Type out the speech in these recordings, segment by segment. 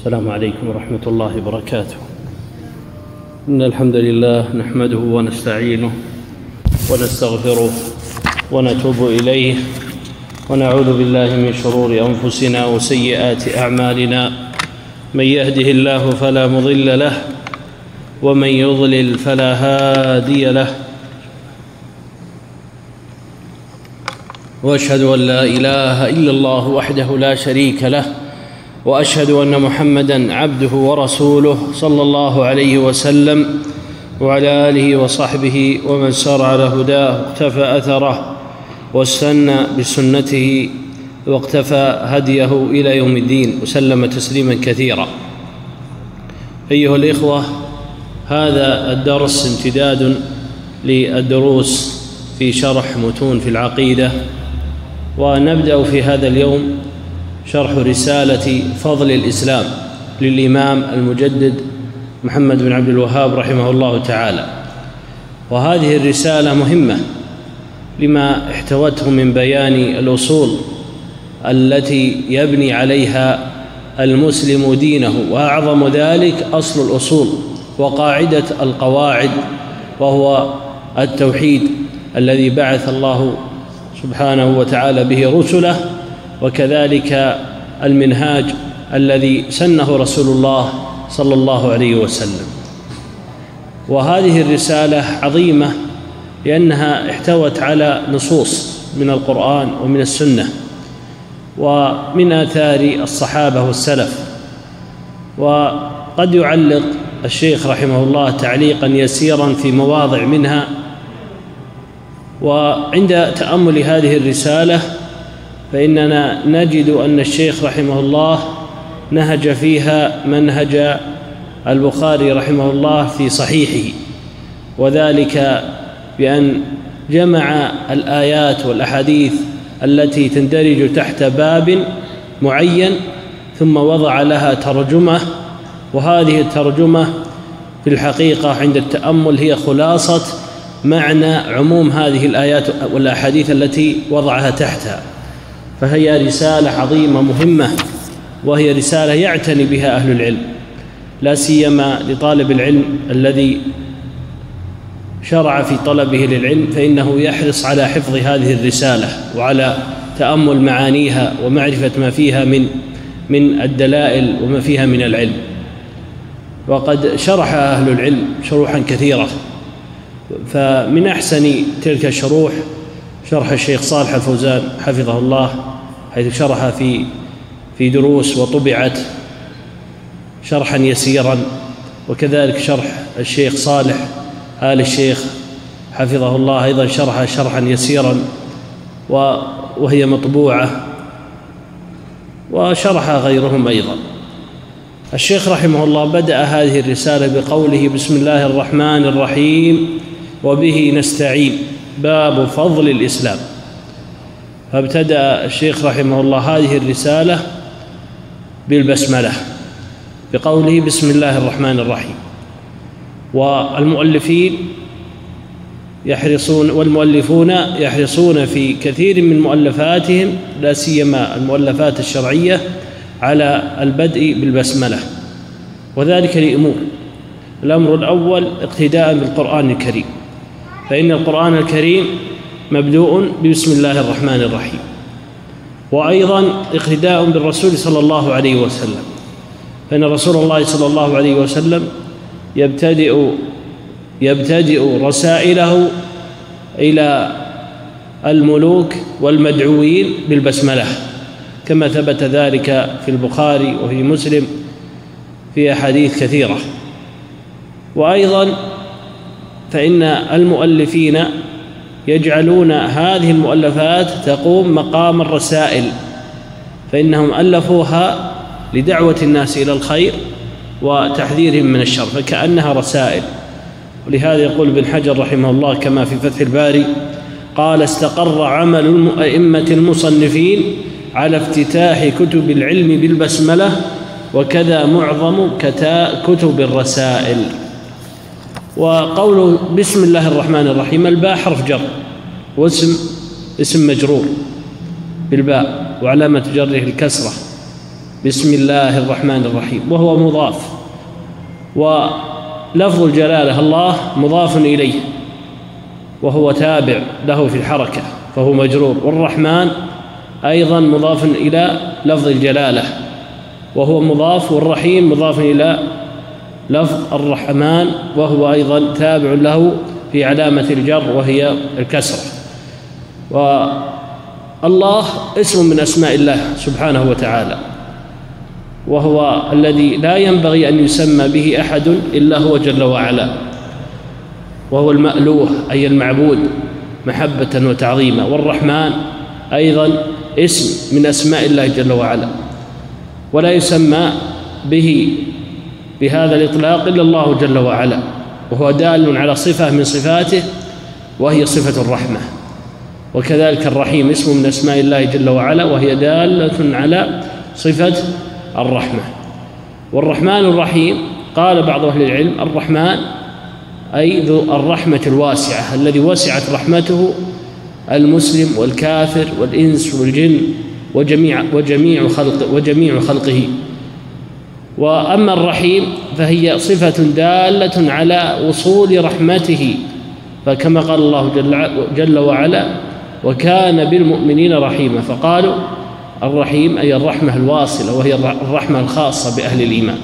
السلام عليكم ورحمة الله وبركاته. إن الحمد لله نحمده ونستعينه ونستغفره ونتوب إليه ونعوذ بالله من شرور أنفسنا وسيئات أعمالنا. من يهده الله فلا مضل له ومن يضلل فلا هادي له، وأشهد أن لا إله إلا الله وحده لا شريك له، وأشهد أن محمدًا عبده ورسوله صلى الله عليه وسلم وعلى آله وصحبه ومن سار على هداه واقتفى أثره واستنى بسنته واقتفى هديه إلى يوم الدين وسلم تسليمًا كثيرا. أيها الإخوة، هذا الدرس امتداد للدروس في شرح متون في العقيدة، ونبدأ في هذا اليوم شرح رسالة فضل الإسلام للإمام المجدد محمد بن عبد الوهاب رحمه الله تعالى. وهذه الرسالة مهمة لما احتوته من بيان الأصول التي يبني عليها المسلم دينه، وأعظم ذلك أصل الأصول وقاعدة القواعد، وهو التوحيد الذي بعث الله سبحانه وتعالى به رسله، وكذلك المنهاج الذي سنه رسول الله صلى الله عليه وسلم. وهذه الرسالة عظيمة لأنها احتوت على نصوص من القرآن ومن السنة ومن آثار الصحابة والسلف. وقد يعلق الشيخ رحمه الله تعليقا يسيرا في مواضع منها. وعند تأمل هذه الرسالة فإننا نجد أن الشيخ رحمه الله نهج فيها منهج البخاري رحمه الله في صحيحه، وذلك بأن جمع الآيات والأحاديث التي تندرج تحت باب معين ثم وضع لها ترجمة، وهذه الترجمة في الحقيقة عند التأمل هي خلاصة معنى عموم هذه الآيات والأحاديث التي وضعها تحتها. فهي رسالة عظيمة مهمة، وهي رسالة يعتني بها أهل العلم، لا سيما لطالب العلم الذي شرع في طلبه للعلم، فإنه يحرص على حفظ هذه الرسالة وعلى تأمل معانيها ومعرفة ما فيها من الدلائل وما فيها من العلم. وقد شرح أهل العلم شروحا كثيرة، فمن أحسن تلك الشروح شرح الشيخ صالح الفوزان حفظه الله، حيث شرح في دروس وطبعت شرحا يسيرا، وكذلك شرح الشيخ صالح آل الشيخ حفظه الله أيضا شرح شرحا يسيرا وهي مطبوعة، وشرح غيرهم أيضا. الشيخ رحمه الله بدأ هذه الرسالة بقوله: بسم الله الرحمن الرحيم وبه نستعين، باب فضل الإسلام. فابتدأ الشيخ رحمه الله هذه الرسالة بالبسملة بقوله: بسم الله الرحمن الرحيم. والمؤلفون يحرصون في كثير من مؤلفاتهم، لا سيما المؤلفات الشرعية، على البدء بالبسملة، وذلك لأمور. الأمر الأول اقتداء بالقرآن الكريم، فإن القرآن الكريم مبدوء بسم الله الرحمن الرحيم. وأيضا اقتداء بالرسول صلى الله عليه وسلم، فإن رسول الله صلى الله عليه وسلم يبتدئ رسائله إلى الملوك والمدعوين بالبسملة، كما ثبت ذلك في البخاري وفي مسلم في أحاديث كثيرة. وأيضا فإن المؤلفين يجعلون هذه المؤلفات تقوم مقام الرسائل، فإنهم ألفوها لدعوة الناس إلى الخير وتحذيرهم من الشر، فكأنها رسائل. ولهذا يقول ابن حجر رحمه الله كما في فتح الباري قال: استقر عمل الأئمة المصنفين على افتتاح كتب العلم بالبسملة، وكذا معظم كتب الرسائل. وقوله بسم الله الرحمن الرحيم، الباء حرف جر واسم مجرور بالباء، وعلامة جره الكسرة، بسم الله الرحمن الرحيم، وهو مضاف، ولفظ الجلالة الله مضاف إليه وهو تابع له في الحركة فهو مجرور، والرحمن أيضا مضاف إلى لفظ الجلالة وهو مضاف، والرحيم مضاف إلى لفظ الرحمن وهو أيضا تابع له في علامة الجر وهي الكسرة. والله اسم من أسماء الله سبحانه وتعالى، وهو الذي لا ينبغي أن يسمى به أحد إلا هو جل وعلا، وهو المألوه أي المعبود محبة وتعظيما. والرحمن أيضا اسم من أسماء الله جل وعلا، ولا يسمى به بهذا الإطلاق إلا الله جل وعلا، وهو دال على صفة من صفاته وهي صفة الرحمة. وكذلك الرحيم اسم من أسماء الله جل وعلا وهي دالة على صفة الرحمة. والرحمن الرحيم قال بعض أهل العلم الرحمن أي ذو الرحمة الواسعة الذي وسعت رحمته المسلم والكافر والإنس والجن وجميع خلقه. وأما الرحيم فهي صفة دالة على وصول رحمته، فكما قال الله جل وعلا وكان بالمؤمنين رحيما، فقالوا الرحيم أي الرحمة الواصلة وهي الرحمة الخاصة بأهل الإيمان.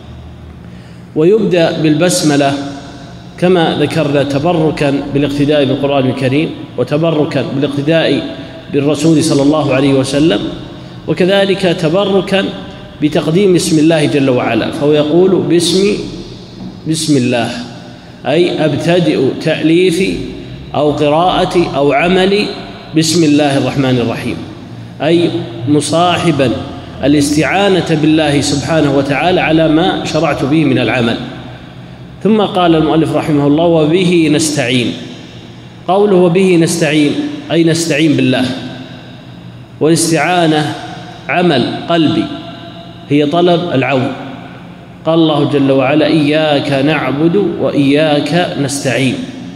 ويبدأ بالبسملة كما ذكرنا تبركا بالاقتداء بالقرآن الكريم، وتبركا بالاقتداء بالرسول صلى الله عليه وسلم، وكذلك تبركا بتقديم اسم الله جل وعلا، فهو يقول بسم الله أي أبتدئ تأليفي أو قراءتي أو عملي بسم الله الرحمن الرحيم، أي مصاحبا الاستعانة بالله سبحانه وتعالى على ما شرعت به من العمل. ثم قال المؤلف رحمه الله وبه نستعين. قوله وبه نستعين أي نستعين بالله، والاستعانة عمل قلبي هي طلب العون. قال الله جل وعلا إياك نعبد وإياك نستعين.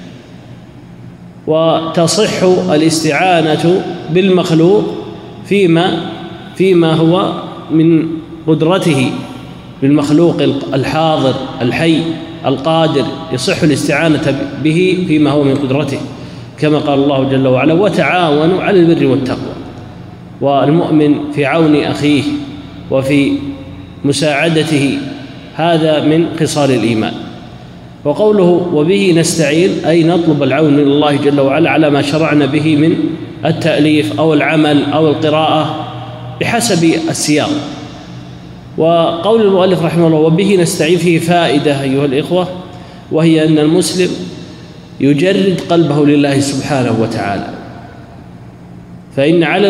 وتصح الاستعانة بالمخلوق فيما هو من قدرته، بالمخلوق الحاضر الحي القادر يصح الاستعانة به فيما هو من قدرته، كما قال الله جل وعلا وتعاونوا على البر والتقوى. والمؤمن في عون أخيه وفي مساعدته هذا من خصال الإيمان. وقوله وبه نستعين أي نطلب العون من الله جل وعلا على ما شرعنا به من التأليف أو العمل أو القراءة بحسب السياق. وقول المؤلف رحمه الله وبه نستعين فيه فائدة أيها الإخوة، وهي أن المسلم يجرد قلبه لله سبحانه وتعالى. فإن على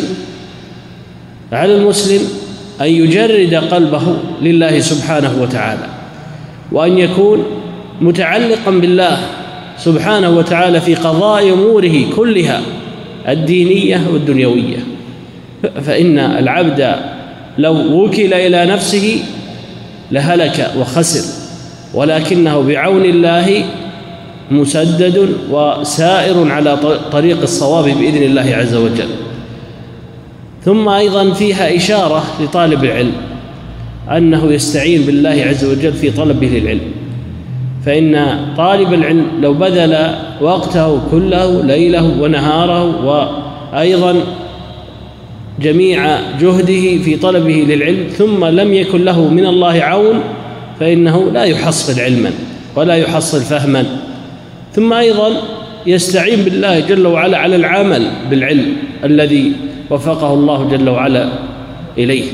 المسلم أن يجرد قلبه لله سبحانه وتعالى، وأن يكون متعلقا بالله سبحانه وتعالى في قضاء أموره كلها الدينية والدنيوية. فإن العبد لو وكل إلى نفسه لهلك وخسر، ولكنه بعون الله مسدد وسائر على طريق الصواب بإذن الله عز وجل. ثم أيضا فيها إشارة لطالب العلم أنه يستعين بالله عز وجل في طلبه للعلم، فإن طالب العلم لو بذل وقته كله ليله ونهاره وأيضا جميع جهده في طلبه للعلم ثم لم يكن له من الله عون، فإنه لا يحصل علما ولا يحصل فهما. ثم أيضا يستعين بالله جل وعلا على العمل بالعلم الذي وفقه الله جل وعلا إليه.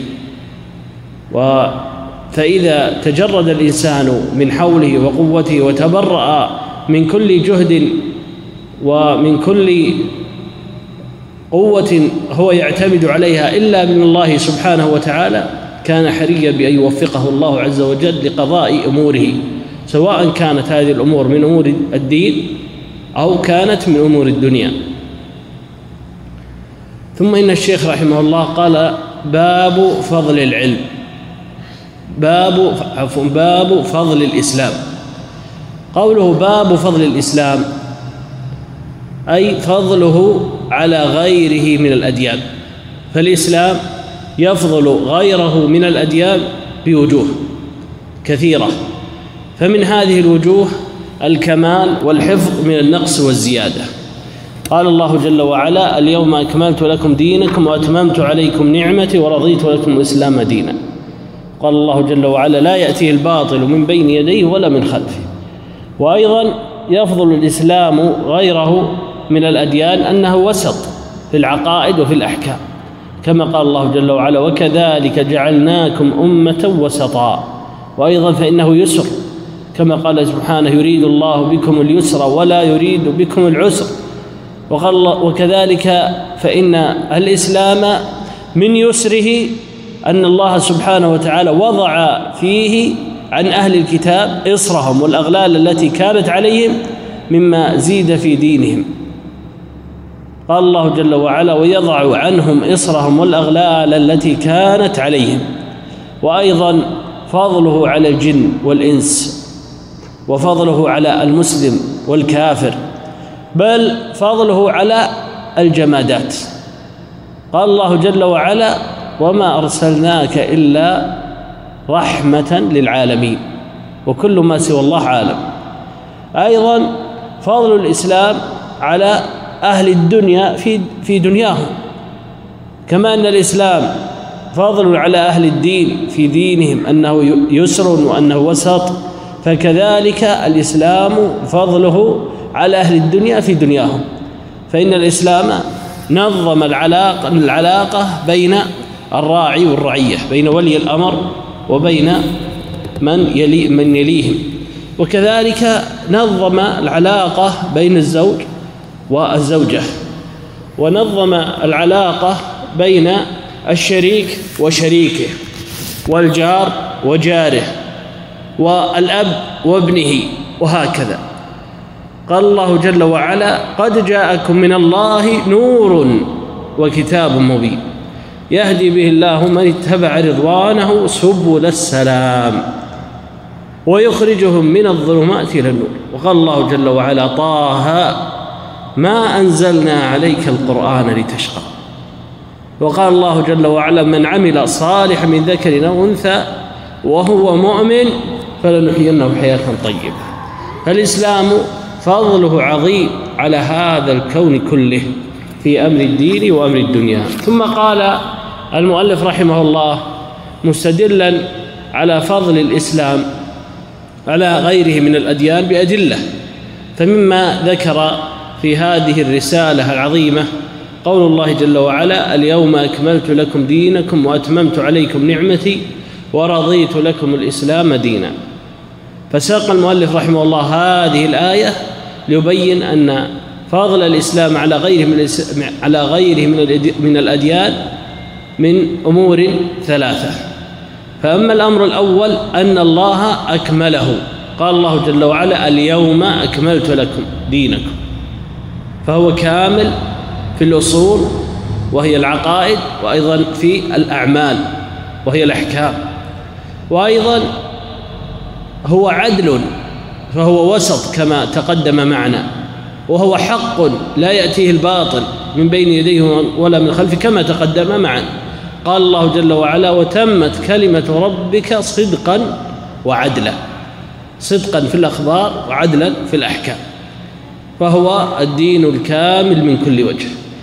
فإذا تجرد الإنسان من حوله وقوته وتبرأ من كل جهد ومن كل قوة هو يعتمد عليها إلا من الله سبحانه وتعالى، كان حريا بأن يوفقه الله عز وجل لقضاء أموره، سواء كانت هذه الأمور من أمور الدين أو كانت من أمور الدنيا. ثم إن الشيخ رحمه الله قال باب فضل العلم، باب فضل الإسلام. قوله باب فضل الإسلام أي فضله على غيره من الأديان. فالإسلام يفضل غيره من الأديان بوجوه كثيرة، فمن هذه الوجوه الكمال والحفظ من النقص والزيادة. قال الله جل وعلا: اليوم أكملت لكم دينكم وأتممت عليكم نعمتي ورضيت لكم الإسلام دينا. قال الله جل وعلا: لا يأتيه الباطل من بين يديه ولا من خلفه. وأيضا يفضل الإسلام غيره من الأديان أنه وسط في العقائد وفي الأحكام، كما قال الله جل وعلا: وكذلك جعلناكم أمة وسطا. وأيضا فإنه يسر، كما قال سبحانه: يريد الله بكم اليسر ولا يريد بكم العسر. وقال وكذلك فإن الإسلام من يسره أن الله سبحانه وتعالى وضع فيه عن أهل الكتاب إصرهم والأغلال التي كانت عليهم مما زيد في دينهم. قال الله جل وعلا: ويضع عنهم إصرهم والأغلال التي كانت عليهم. وأيضا فضله على الجن والإنس، وفضله على المسلم والكافر، بل فضله على الجمادات. قال الله جل وعلا: وما أرسلناك إلا رحمة للعالمين، وكل ما سوى الله عالم. أيضا فضل الإسلام على أهل الدنيا في دنياهم، كما أن الإسلام فضل على أهل الدين في دينهم أنه يسر وأنه وسط، فكذلك الإسلام فضله على أهل الدنيا في دنياهم. فإن الإسلام نظم العلاقة بين الراعي والرعية، بين ولي الأمر وبين من يليهم، وكذلك نظم العلاقة بين الزوج والزوجة، ونظم العلاقة بين الشريك وشريكه، والجار وجاره، والأب وابنه، وهكذا. قال الله جل وعلا: قد جاءكم من الله نور وكتاب مبين يهدي به الله من اتبع رضوانه سبل السلام ويخرجهم من الظلمات إلى النور. وقال الله جل وعلا: طه ما أنزلنا عليك القرآن لتشقى. وقال الله جل وعلا: من عمل صالحا من ذكر أو أنثى وهو مؤمن فلنحيينه حياة طيبة. فالإسلام فضله عظيم على هذا الكون كله في أمر الدين وأمر الدنيا. ثم قال المؤلف رحمه الله مستدلا على فضل الإسلام على غيره من الأديان بأدلة، فمما ذكر في هذه الرسالة العظيمة قول الله جل وعلا: اليوم أكملت لكم دينكم وأتممت عليكم نعمتي ورضيت لكم الإسلام دينا. فساق المؤلف رحمه الله هذه الآية ليبين أن فضل الإسلام على غيره من الأديان من أمور ثلاثة. فأما الأمر الأول أن الله أكمله، قال الله جل وعلا: اليوم أكملت لكم دينكم، فهو كامل في الأصول وهي العقائد، وأيضا في الأعمال وهي الأحكام، وأيضا هو عدل فهو وسط كما تقدم معنا، وهو حق لا يأتيه الباطل من بين يديه ولا من خلفه كما تقدم معنا. قال الله جل وعلا: وتمت كلمة ربك صدقا وعدلا، صدقا في الأخبار وعدلا في الأحكام، فهو الدين الكامل من كل وجه.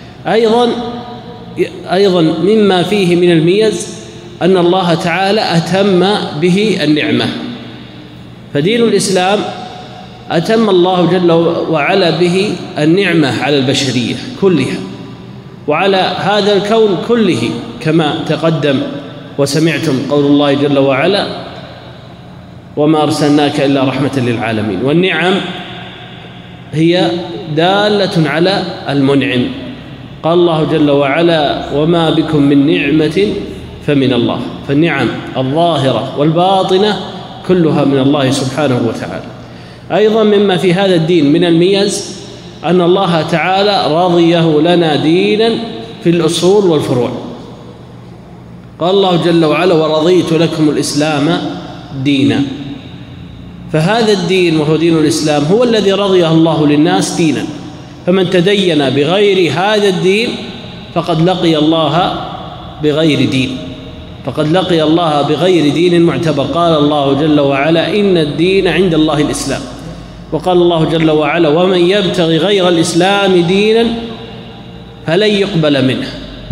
أيضا مما فيه من الميز أن الله تعالى أتم به النعمة، فدين الإسلام أتم الله جل وعلا به النعمة على البشرية كلها وعلى هذا الكون كله، كما تقدم وسمعتم قول الله جل وعلا: وما أرسلناك إلا رحمة للعالمين. والنعم هي دالة على المنعم. قال الله جل وعلا: وما بكم من نعمة فمن الله. فالنعم الظاهرة والباطنة كلها من الله سبحانه وتعالى. أيضا مما في هذا الدين من الميز أن الله تعالى رضيه لنا دينا في الأصول والفروع. قال الله جل وعلا: ورضيت لكم الإسلام دينا. فهذا الدين وهو دين الإسلام هو الذي رضيه الله للناس دينا، فمن تدين بغير هذا الدين فقد لقي الله بغير دين، فقد لقي الله بغير دين معتبر. قال الله جل وعلا: إن الدين عند الله الإسلام. وقال الله جل وعلا: ومن يبتغي غير الإسلام دينا فلن يقبل منه.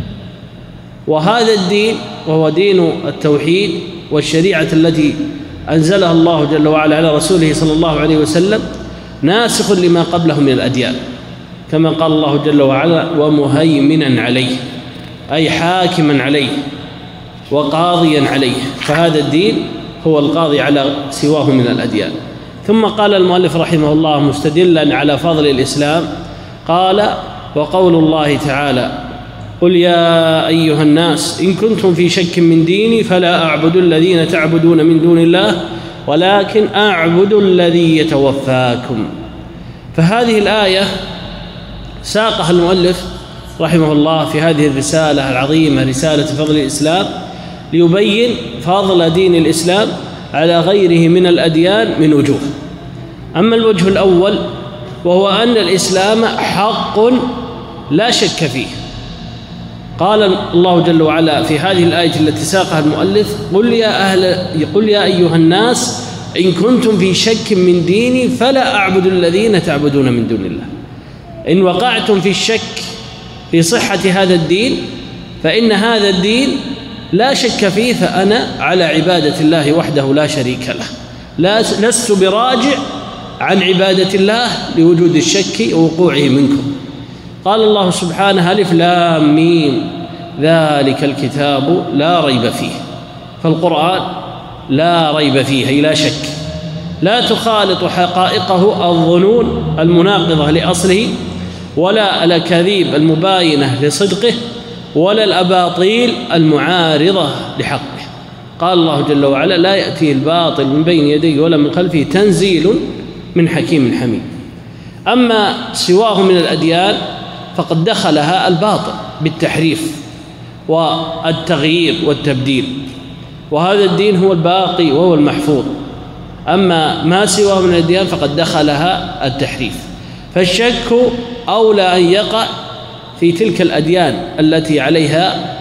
وهذا الدين وهو دين التوحيد والشريعة التي أنزلها الله جل وعلا على رسوله صلى الله عليه وسلم ناسخ لما قبله من الأديان، كما قال الله جل وعلا: ومهيمنا عليه، أي حاكما عليه وقاضيا عليه. فهذا الدين هو القاضي على سواه من الأديان. ثم قال المؤلف رحمه الله مستدلا على فضل الإسلام، قال: وقول الله تعالى: قل يا أيها الناس إن كنتم في شك من ديني فلا أعبد الذين تعبدون من دون الله ولكن أعبد الذي يتوفاكم. فهذه الآية ساقها المؤلف رحمه الله في هذه الرسالة العظيمة، رسالة فضل الإسلام، ليبين فضل دين الإسلام على غيره من الأديان من وجوه. أما الوجه الأول وهو أن الإسلام حق لا شك فيه. قال الله جل وعلا في هذه الآية التي ساقها المؤلف: قل يا أيها الناس إن كنتم في شك من ديني فلا أعبد الذين تعبدون من دون الله. إن وقعتم في الشك في صحة هذا الدين فإن هذا الدين لا شك فيه، فأنا على عبادة الله وحده لا شريك له، لست براجع عن عبادة الله لوجود الشك ووقوعه منكم. قال الله سبحانه: ألف لام ميم ذلك الكتاب لا ريب فيه. فالقرآن لا ريب فيه، أي لا شك، لا تخالط حقائقه الظنون المناقضة لأصله، ولا الأكاذيب المباينة لصدقه، ولا الأباطيل المعارضة لحقه. قال الله جل وعلا: لا يأتيه الباطل من بين يديه ولا من خلفه تنزيل من حكيم حميد. أما سواه من الأديان فقد دخلها الباطل بالتحريف والتغيير والتبديل، وهذا الدين هو الباقي وهو المحفوظ. أما ما سواه من الأديان فقد دخلها التحريف. فالشك أولى أن يقع في تلك الأديان التي عليها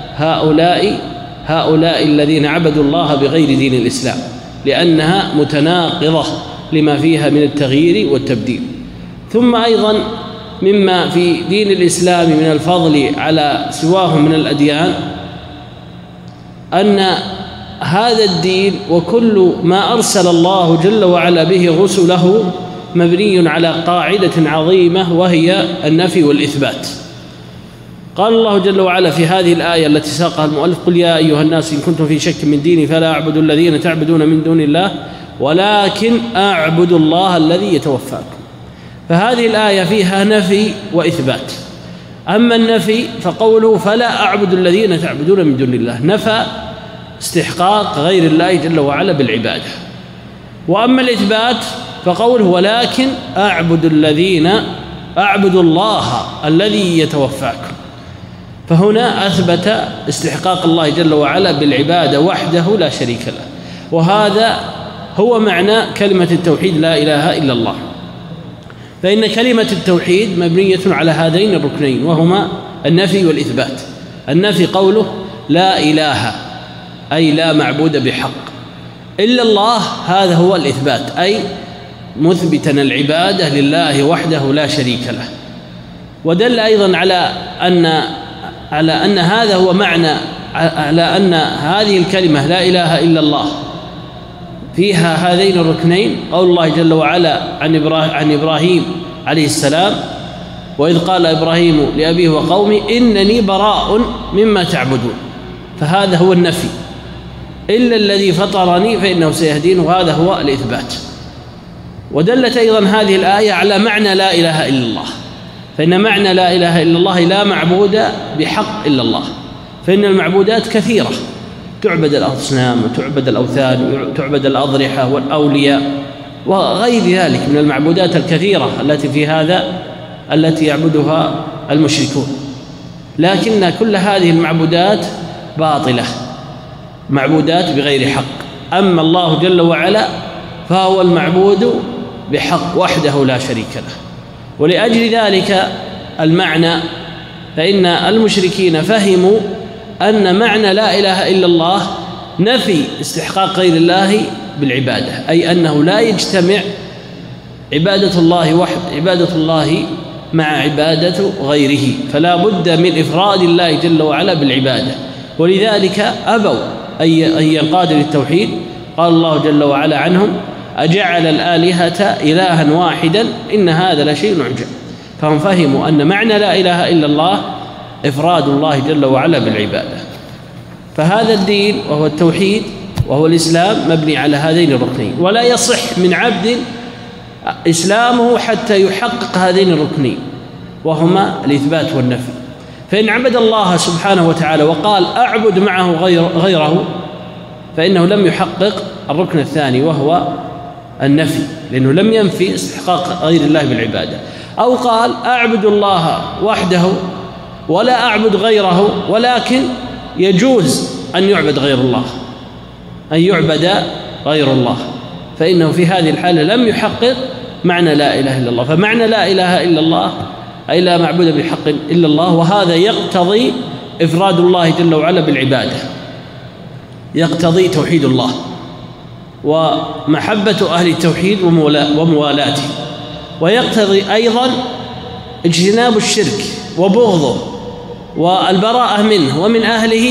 هؤلاء الذين عبدوا الله بغير دين الإسلام، لأنها متناقضة لما فيها من التغيير والتبديل. ثم أيضا مما في دين الإسلام من الفضل على سواه من الأديان أن هذا الدين وكل ما أرسل الله جل وعلا به رسله مبني على قاعدة عظيمة، وهي النفي والإثبات. قال الله جل وعلا في هذه الآية التي ساقها المؤلف: قل يا أيها الناس إن كنتم في شك من ديني فلا أعبد الذين تعبدون من دون الله ولكن أعبد الله الذي يتوفاكم. فهذه الآية فيها نفي وإثبات. أما النفي فقوله: فلا أعبد الذين تعبدون من دون الله، نفى استحقاق غير الله جل وعلا بالعبادة. وأما الإثبات فقوله: ولكن أعبد الله الذي يتوفاكم. فهنا أثبت استحقاق الله جل وعلا بالعبادة وحده لا شريك له، وهذا هو معنى كلمة التوحيد لا إله إلا الله. فإن كلمة التوحيد مبنية على هذين الركنين، وهما النفي والإثبات. النفي قوله: لا إله، أي لا معبود بحق إلا الله، هذا هو الإثبات، أي مثبتا العبادة لله وحده لا شريك له. ودل أيضا على أن هذا هو معنى، على أن هذه الكلمة لا إله إلا الله فيها هذين الركنين قول الله جل وعلا عن إبراهيم عليه السلام: وإذ قال إبراهيم لأبيه وقومه إنني براء مما تعبدون. فهذا هو النفي، إلا الذي فطرني فإنه سيهدين، وهذا هو الإثبات. ودلت أيضا هذه الآية على معنى لا إله إلا الله، فإن معنى لا إله إلا الله لا معبود بحق إلا الله. فإن المعبودات كثيرة، تعبد الأصنام وتعبد الأوثان وتعبد الأضرحة والأولياء وغير ذلك من المعبودات الكثيرة التي يعبدها المشركون، لكن كل هذه المعبودات باطلة، معبودات بغير حق. أما الله جل وعلا فهو المعبود بحق وحده لا شريك له. ولأجل ذلك المعنى فإن المشركين فهموا أن معنى لا إله إلا الله نفي استحقاق غير الله بالعبادة، أي أنه لا يجتمع عبادة الله مع عبادة غيره، فلا بد من إفراد الله جل وعلا بالعبادة. ولذلك أبوا أن ينقادوا للتوحيد. قال الله جل وعلا عنهم: أجعل الآلهة إلها واحدا إن هذا لشيء عجاب. فهم فهموا أن معنى لا إله إلا الله إفراد الله جل وعلا بالعبادة. فهذا الدين وهو التوحيد وهو الإسلام مبني على هذين الركنين، ولا يصح من عبد إسلامه حتى يحقق هذين الركنين وهما الإثبات والنفي. فإن عبد الله سبحانه وتعالى وقال أعبد معه غيره فإنه لم يحقق الركن الثاني وهو النفي، لأنه لم ينفي استحقاق غير الله بالعبادة. أو قال أعبد الله وحده ولا أعبد غيره، ولكن يجوز أن يعبد غير الله، فإنه في هذه الحالة لم يحقق معنى لا إله إلا الله. فمعنى لا إله إلا الله أي لا معبود بحق إلا الله، وهذا يقتضي إفراد الله جل وعلا بالعبادة، يقتضي توحيد الله ومحبة أهل التوحيد وموالاته، ويقتضي أيضا اجتناب الشرك وبغضه والبراءة منه ومن أهله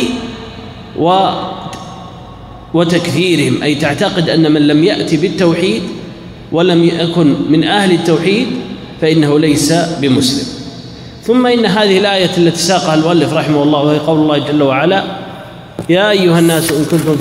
وتكفيرهم، أي تعتقد أن من لم يأتي بالتوحيد ولم يكن من أهل التوحيد فإنه ليس بمسلم. ثم إن هذه الآية التي ساقها المؤلف رحمه الله وهي قول الله جل وعلا: يا أيها الناس إن كنتم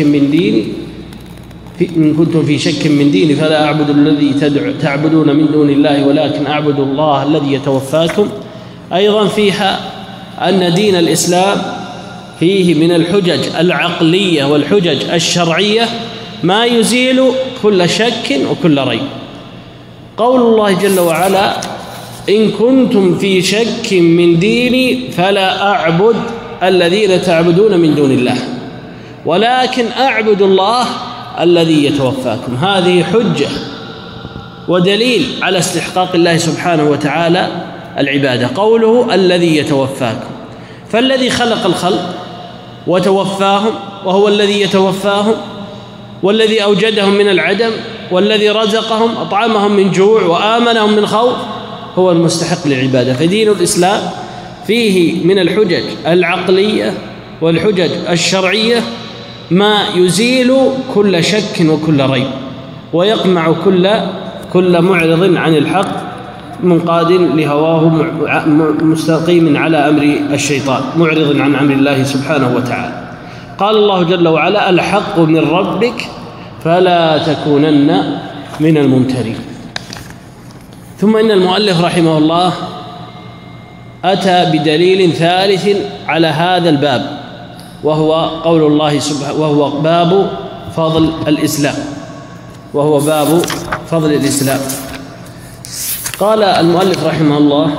في شك من ديني فلا أعبد الذي تعبدون من دون الله ولكن أعبد الله الذي يتوفاكم. أيضا فيها أن دين الإسلام فيه من الحجج العقلية والحجج الشرعية ما يزيل كل شك وكل ريب. قول الله جل وعلا: إن كنتم في شك من ديني فلا أعبد الذين تعبدون من دون الله ولكن أعبد الله الذي يتوفاكم. هذه حجة ودليل على استحقاق الله سبحانه وتعالى العبادة. قوله الذي يتوفاكم، فالذي خلق الخلق وتوفاهم وهو الذي يتوفاهم، والذي أوجدهم من العدم، والذي رزقهم أطعمهم من جوع وآمنهم من خوف هو المستحق للعبادة. فدين الإسلام فيه من الحجج العقلية والحجج الشرعية ما يزيل كل شك وكل ريب، ويقمع كل معرض عن الحق منقاد لهواه مستقيم على أمر الشيطان معرض عن أمر الله سبحانه وتعالى. قال الله جل وعلا: الحق من ربك فلا تكونن من الممترين. ثم إن المؤلف رحمه الله أتى بدليل ثالث على هذا الباب، وهو قول الله سبحانه، وهو باب فضل الإسلام. قال المؤلف رحمه الله: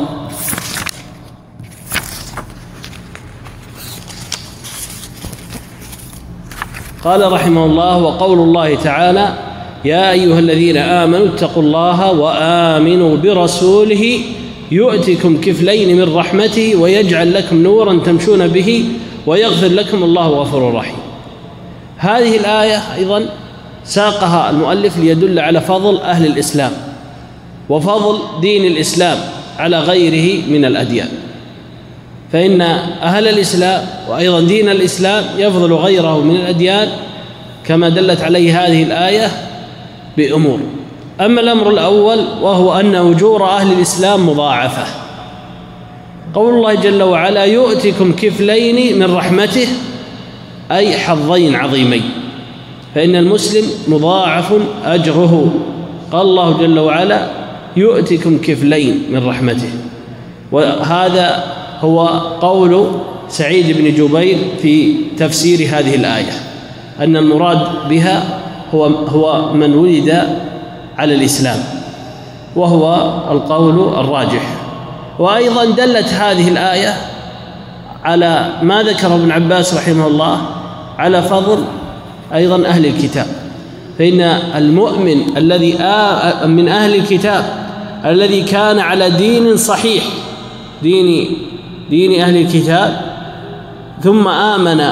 قال رحمه الله: وقول الله تعالى: يا أيها الذين آمنوا اتقوا الله وآمنوا برسوله يؤتكم كفلين من رحمته ويجعل لكم نورا تمشون به ويغفر لكم الله غفور رحيم. هذه الآية أيضا ساقها المؤلف ليدل على فضل أهل الإسلام وفضل دين الإسلام على غيره من الأديان، فإن أهل الإسلام وأيضا دين الإسلام يفضل غيره من الأديان كما دلت عليه هذه الآية بأمور. أما الأمر الأول وهو أن أجور أهل الإسلام مضاعفة. قول الله جل وعلا: يؤتكم كفلين من رحمته، أي حظين عظيمين، فإن المسلم مضاعف أجره. قال الله جل وعلا: يؤتكم كفلين من رحمته، وهذا هو قول سعيد بن جبير في تفسير هذه الآية، أن المراد بها هو من ولد على الإسلام، وهو القول الراجح. وأيضا دلت هذه الآية على ما ذكر ابن عباس رحمه الله على فضل أيضا أهل الكتاب، فإن المؤمن الذي من أهل الكتاب الذي كان على دين صحيح، دين أهل الكتاب، ثم آمن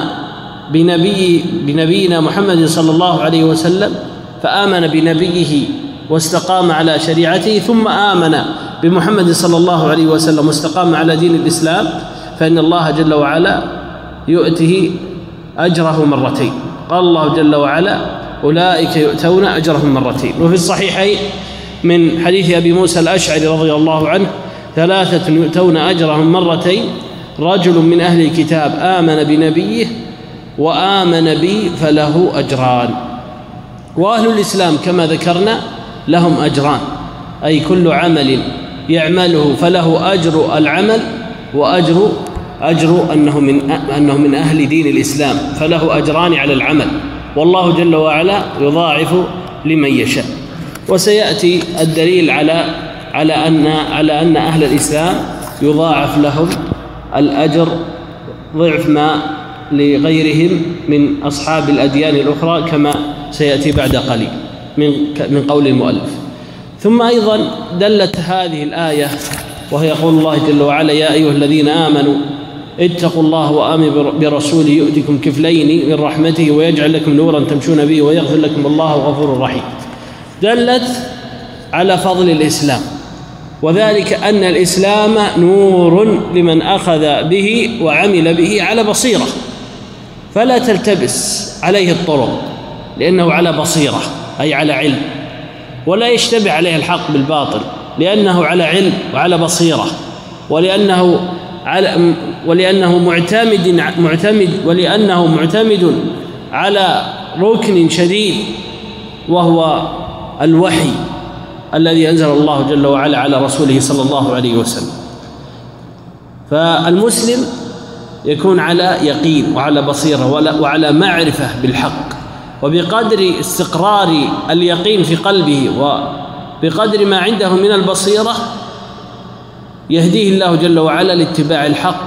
بنبينا محمد صلى الله عليه وسلم، فآمن بنبيه واستقام على شريعته، ثم آمن بمحمد صلى الله عليه وسلم واستقام على دين الإسلام، فإن الله جل وعلا يؤته أجره مرتين. قال الله جل وعلا: أولئك يؤتون أجرهم مرتين. وفي الصحيحين من حديث أبي موسى الأشعري رضي الله عنه: 3 يؤتون أجرهم مرتين: رجل من أهل الكتاب آمن بنبيه وآمن بي فله أجران. وأهل الإسلام كما ذكرنا لهم أجران، أي كل عمل يعمله فله أجر العمل وأجر أنه من أهل دين الإسلام، فله أجران على العمل، والله جل وعلا يضاعف لمن يشاء. وسيأتي الدليل على أن أهل الإسلام يضاعف لهم الأجر ضعف ما لغيرهم من أصحاب الأديان الأخرى، كما سيأتي بعد قليل من قول المؤلف. ثم أيضا دلت هذه الآية وهي قول الله جل وعلا: يا أيها الذين آمنوا اتقوا الله وآمنوا برسوله يؤتكم كفلين من رحمته ويجعل لكم نورا تمشون به ويغفر لكم الله غفور رحيم. دلت على فضل الإسلام، وذلك أن الإسلام نور لمن أخذ به وعمل به على بصيرة، فلا تلتبس عليه الطرق، لأنه على بصيرة أي على علم، ولا يشتبه عليه الحق بالباطل، لأنه على علم وعلى بصيرة، ولأنه معتمد على ركن شديد وهو الوحي الذي أنزل الله جل وعلا على رسوله صلى الله عليه وسلم. فالمسلم يكون على يقين وعلى بصيرة وعلى معرفة بالحق، وبقدر استقرار اليقين في قلبه وبقدر ما عنده من البصيرة يهديه الله جل وعلا لاتباع الحق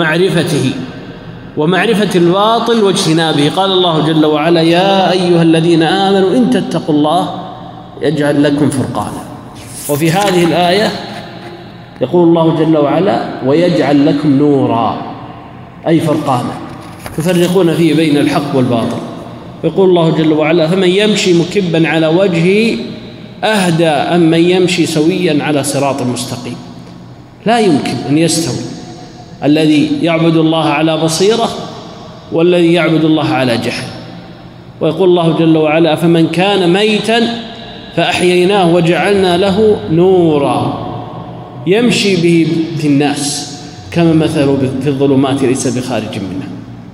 ومعرفة الباطل واجتنابه. قال الله جل وعلا: يا أيها الذين آمنوا إن تتقوا الله يجعل لكم فرقانا. وفي هذه الآية يقول الله جل وعلا: ويجعل لكم نورا، أي فرقانا تفرقون فيه بين الحق والباطل. يقول الله جل وعلا: فمن يمشي مكبا على وجهه أهدى أم من يمشي سويا على صراط مستقيم. لا يمكن أن يستوي الذي يعبد الله على بصيرة والذي يعبد الله على جهل. ويقول الله جل وعلا: فمن كان ميتا فأحييناه وجعلنا له نورا يمشي به في الناس كما مثله في الظلمات ليس بخارج منها.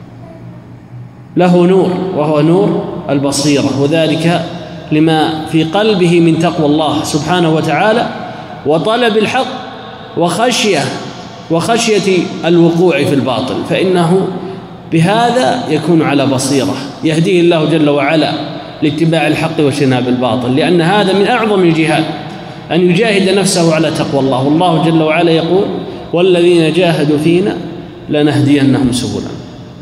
له نور وهو نور البصيرة، وذلك لما في قلبه من تقوى الله سبحانه وتعالى وطلب الحق وخشية الوقوع في الباطل، فإنه بهذا يكون على بصيرة يهديه الله جل وعلا لاتباع الحق واجتناب الباطل، لأن هذا من أعظم الجهاد، أن يجاهد نفسه على تقوى الله. والله جل وعلا يقول: والذين جاهدوا فينا لنهدينهم سبلنا.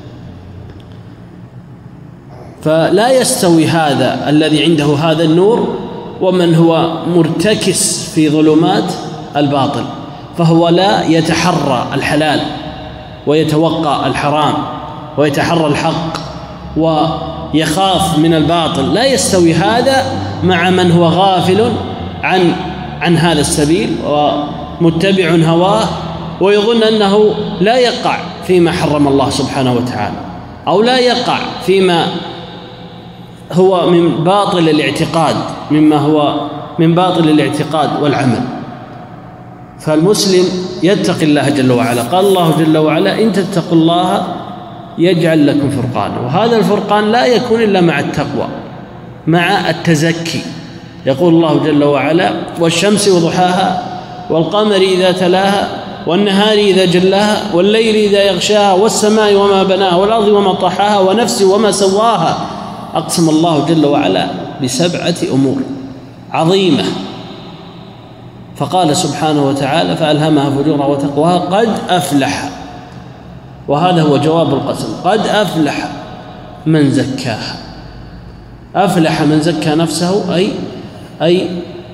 فلا يستوي هذا الذي عنده هذا النور ومن هو مرتكس في ظلمات الباطل، فهو لا يتحرى الحلال ويتوقع الحرام ويتحرى الحق ويخاف من الباطل. لا يستوي هذا مع من هو غافل عن هذا السبيل ومتبع هواه ويظن أنه لا يقع فيما حرم الله سبحانه وتعالى، أو لا يقع فيما هو من باطل الاعتقاد، مما هو من باطل الاعتقاد والعمل. فالمسلم يتقي الله جل وعلا. قال الله جل وعلا: إن تتقوا الله يجعل لكم فرقانا. وهذا الفرقان لا يكون إلا مع التقوى، مع التزكي. يقول الله جل وعلا: والشمس وضحاها والقمر إذا تلاها والنهار إذا جلاها والليل إذا يغشاها والسماء وما بناها والأرض وما طحاها ونفس وما سواها. أقسم الله جل وعلا ب7 أمور عظيمة، فقال سبحانه وتعالى: فألهمها فجورها وتقواها قد أفلح. وهذا هو جواب القسم: قد أفلح من زكاها. أفلح من زكى نفسه أي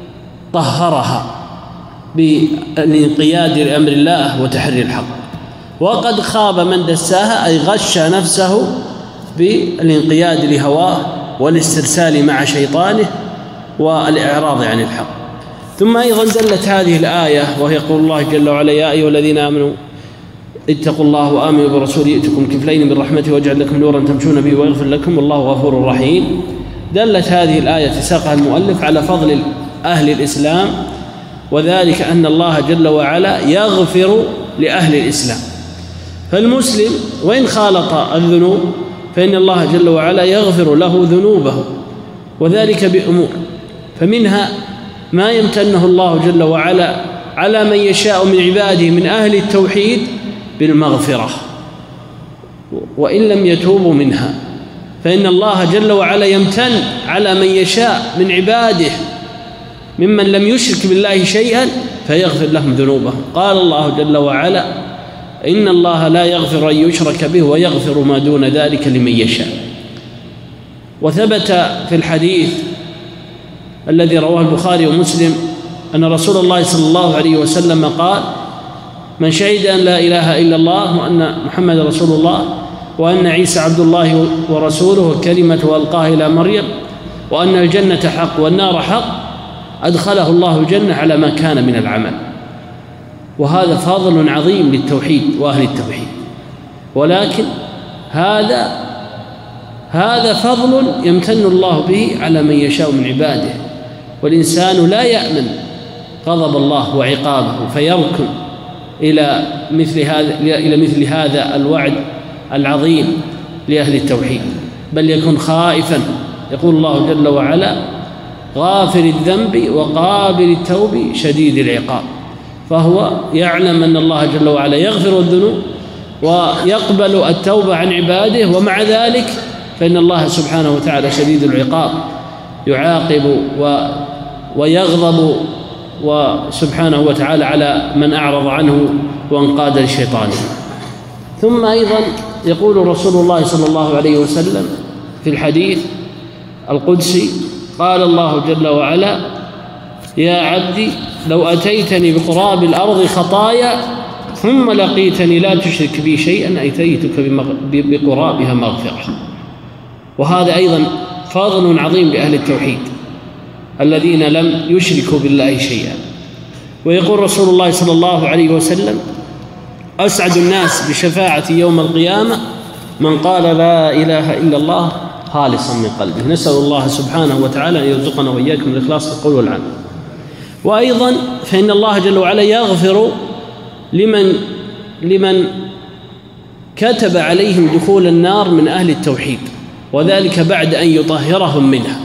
طهرها بالانقياد لأمر الله وتحري الحق. وقد خاب من دساها، أي غش نفسه بالانقياد لهواه والاسترسال مع شيطانه والإعراض عن الحق. ثم أيضا دلت هذه الآية وهي قول الله جل وعلا: يا أيها الذين آمنوا اتقوا الله وآمنوا برسوله يؤتكم كفلين من رحمته ويجعل لكم نورا تمشون به ويغفر لكم والله غفور رحيم. دلت هذه الآية ساقها المؤلف على فضل أهل الإسلام، وذلك أن الله جل وعلا يغفر لأهل الإسلام. فالمسلم وإن خالط الذنوب فإن الله جل وعلا يغفر له ذنوبه، وذلك بأمور، فمنها ما يمتنه الله جل وعلا على من يشاء من عباده من أهل التوحيد بالمغفرة وإن لم يتوبوا منها، فإن الله جل وعلا يمتن على من يشاء من عباده ممن لم يشرك بالله شيئا فيغفر لهم ذنوبهم. قال الله جل وعلا: إن الله لا يغفر أن يشرك به ويغفر ما دون ذلك لمن يشاء. وثبت في الحديث الذي رواه البخاري ومسلم أن رسول الله صلى الله عليه وسلم قال: من شهد أن لا إله إلا الله وأن محمد رسول الله وأن عيسى عبد الله ورسوله وكلمته ألقاها إلى مريم وأن الجنة حق والنار حق أدخله الله الجنة على ما كان من العمل. وهذا فضل عظيم للتوحيد وأهل التوحيد، ولكن هذا فضل يمتن الله به على من يشاء من عباده، والإنسان لا يأمن غضب الله وعقابه فيركن إلى مثل هذا الوعد العظيم لأهل التوحيد، بل يكون خائفا. يقول الله جل وعلا: غافر الذنب وقابل التوب شديد العقاب. فهو يعلم أن الله جل وعلا يغفر الذنوب ويقبل التوبة عن عباده، ومع ذلك فإن الله سبحانه وتعالى شديد العقاب، يعاقب ويغضب وسبحانه وتعالى على من أعرض عنه وانقاد لشيطانه. ثم أيضا يقول رسول الله صلى الله عليه وسلم في الحديث القدسي: قال الله جل وعلا: يا عبدي لو أتيتني بقراب الأرض خطايا ثم لقيتني لا تشرك بي شيئا أتيتك بقرابها مغفرة. وهذا أيضا فضل عظيم لأهل التوحيد الذين لم يشركوا بالله شيئا. ويقول رسول الله صلى الله عليه وسلم: أسعد الناس بشفاعة يوم القيامة من قال لا إله إلا الله خالصا من قلبه. نسأل الله سبحانه وتعالى أن يرزقنا وإياكم الإخلاص في القول والعمل. وأيضا فإن الله جل وعلا يغفر لمن كتب عليهم دخول النار من أهل التوحيد، وذلك بعد أن يطهرهم منها،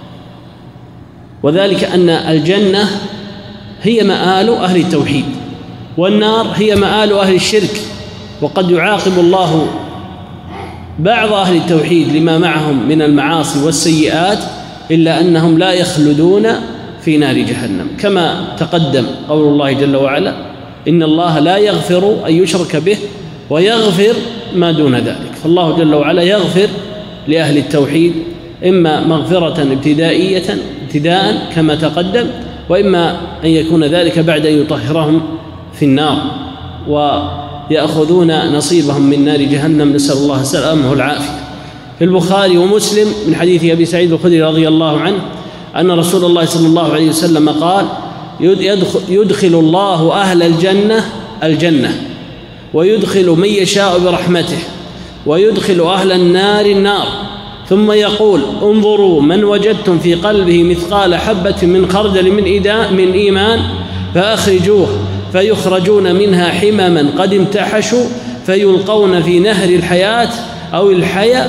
وذلك أن الجنة هي مآل أهل التوحيد والنار هي مآل أهل الشرك. وقد يعاقب الله بعض أهل التوحيد لما معهم من المعاصي والسيئات، إلا أنهم لا يخلدون في نار جهنم، كما تقدم قول الله جل وعلا: إن الله لا يغفر أن يشرك به ويغفر ما دون ذلك. فالله جل وعلا يغفر لأهل التوحيد إما مغفرة ابتداء كما تقدم، وإما أن يكون ذلك بعد أن يطهرهم في النار ويأخذون نصيبهم من نار جهنم، نسأل الله السلامة والعافية. في البخاري ومسلم من حديث أبي سعيد الخدري رضي الله عنه أن رسول الله صلى الله عليه وسلم قال: يدخل الله أهل الجنة ويدخل من يشاء برحمته ويدخل أهل النار النار، ثم يقول: انظروا من وجدتم في قلبه مثقال حبة من خردل من إيمان فأخرجوه، فيخرجون منها حمما قد امتحشوا فيلقون في نهر الحياة أو الحياة.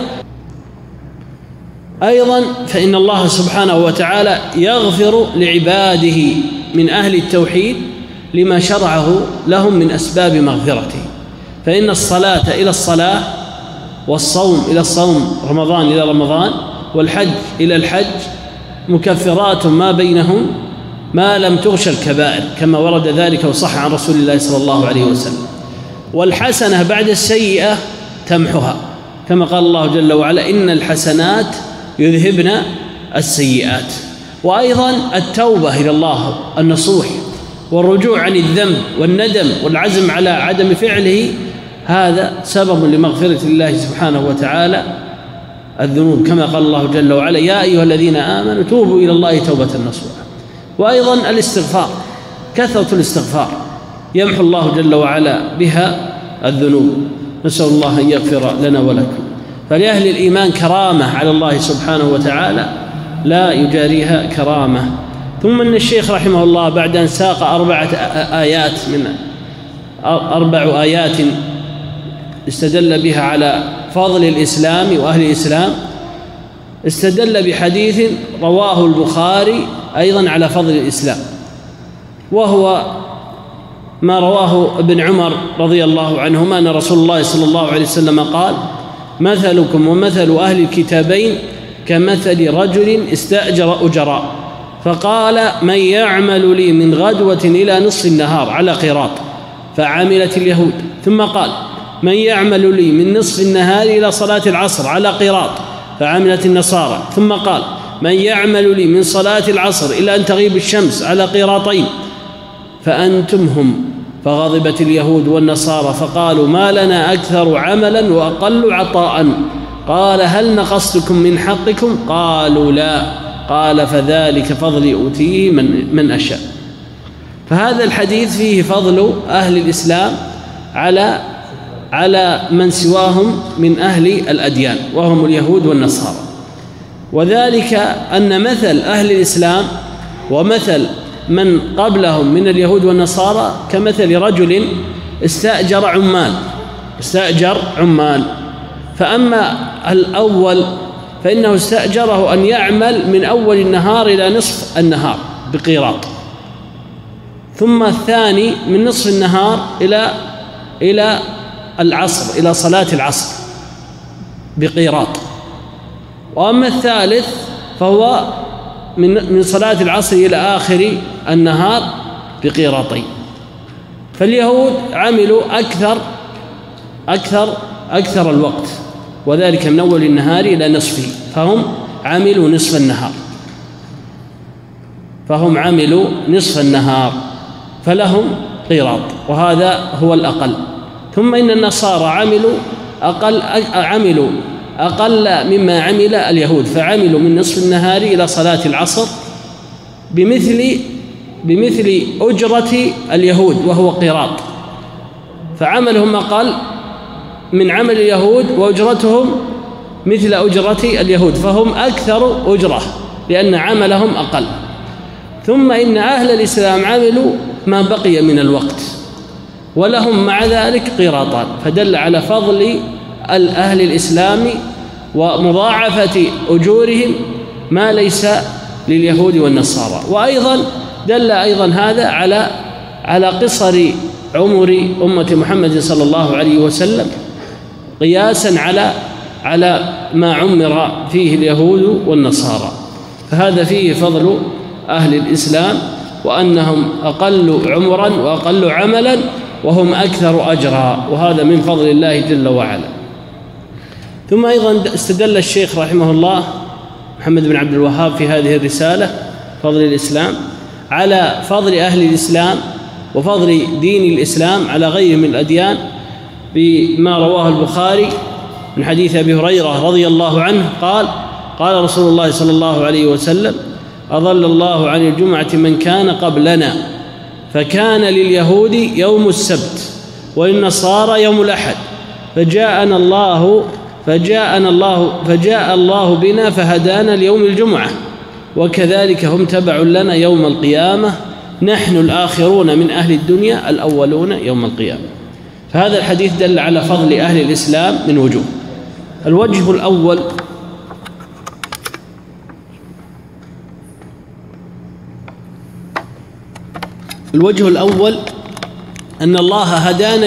أيضا فإن الله سبحانه وتعالى يغفر لعباده من أهل التوحيد لما شرعه لهم من أسباب مغفرته، فإن الصلاة إلى الصلاة والصوم إلى الصوم، رمضان إلى رمضان، والحج إلى الحج مكفرات ما بينهم ما لم تغش الكبائر، كما ورد ذلك وصح عن رسول الله صلى الله عليه وسلم. والحسنة بعد السيئة تمحها، كما قال الله جل وعلا: إن الحسنات يذهبن السيئات. وأيضا التوبة إلى الله النصوح والرجوع عن الذنب والندم والعزم على عدم فعله، هذا سبب لمغفرة الله سبحانه وتعالى الذنوب، كما قال الله جل وعلا: يا أيها الذين آمنوا توبوا إلى الله توبة نصوحا. وأيضا الاستغفار، كثرة الاستغفار يمحو الله جل وعلا بها الذنوب. نسأل الله أن يغفر لنا ولكم. فلأهل الإيمان كرامة على الله سبحانه وتعالى لا يجاريها كرامة. ثم أن الشيخ رحمه الله بعد أن ساق 4 آيات استدل بها على فضل الإسلام وأهل الإسلام، استدل بحديث رواه البخاري أيضا على فضل الإسلام، وهو ما رواه ابن عمر رضي الله عنهما أن رسول الله صلى الله عليه وسلم قال: مثلكم ومثل أهل الكتابين كمثل رجل استأجر أجراء فقال: من يعمل لي من غدوة إلى نصف النهار على قيراط، فعملت اليهود. ثم قال: من يعمل لي من نصف النهار إلى صلاة العصر على قيراط، فعملت النصارى. ثم قال: من يعمل لي من صلاة العصر إلى أن تغيب الشمس على قيراطين، فأنتم هم. فغضبت اليهود والنصارى فقالوا: ما لنا أكثر عملا وأقل عطاء. قال: هل نقصتكم من حقكم؟ قالوا: لا. قال: فذلك فضلي أوتيه من أشاء. فهذا الحديث فيه فضل أهل الإسلام على من سواهم من أهل الأديان وهم اليهود والنصارى، وذلك أن مثل أهل الإسلام ومثل من قبلهم من اليهود والنصارى كمثل رجل استأجر عمال. فأما الأول فإنه استأجره أن يعمل من أول النهار إلى نصف النهار بقيراط، ثم الثاني من نصف النهار إلى العصر، إلى صلاة العصر بقيراط، وأما الثالث فهو من صلاة العصر إلى آخر النهار بقيراطين. فاليهود عملوا أكثر الوقت، وذلك من أول النهار إلى نصفه، فهم عملوا نصف النهار فلهم قيراط، وهذا هو الأقل. ثم إن النصارى عملوا أقل مما عمل اليهود، فعملوا من نصف النهار إلى صلاة العصر بمثل أجرة اليهود وهو قيراط، فعملهم أقل من عمل اليهود وأجرتهم مثل أجرة اليهود، فهم أكثر أجرة لأن عملهم أقل. ثم إن أهل الإسلام عملوا ما بقي من الوقت ولهم مع ذلك قيراطان، فدل على فضل أهل الإسلام ومضاعفة أجورهم ما ليس لليهود والنصارى. وأيضا دل هذا على قصر عمر أمة محمد صلى الله عليه وسلم قياسا على ما عمر فيه اليهود والنصارى، فهذا فيه فضل أهل الإسلام وأنهم أقل عمرا وأقل عملا وهم أكثر أجرا، وهذا من فضل الله جل وعلا. ثم أيضا استدل الشيخ رحمه الله محمد بن عبد الوهاب في هذه الرسالة فضل الإسلام على فضل أهل الإسلام وفضل دين الإسلام على غيره من الأديان بما رواه البخاري من حديث أبي هريرة رضي الله عنه قال رسول الله صلى الله عليه وسلم: أضل الله عن الجمعة من كان قبلنا، فكان لليهود يوم السبت وللنصارى يوم الأحد، فجاء الله بنا فهدانا ليوم الجمعة، وكذلك هم تبع لنا يوم القيامة، نحن الآخرون من أهل الدنيا الأولون يوم القيامة. فهذا الحديث دل على فضل أهل الإسلام من وجوه. الوجه الأول أن الله هدانا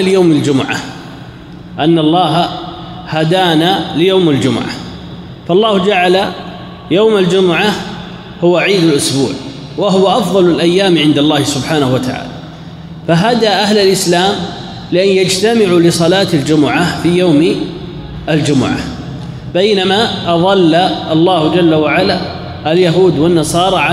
ليوم الجمعة، فالله جعل يوم الجمعة هو عيد الأسبوع وهو أفضل الأيام عند الله سبحانه وتعالى، فهدى أهل الإسلام لأن يجتمعوا لصلاة الجمعة في يوم الجمعة، بينما أضل الله جل وعلا اليهود والنصارى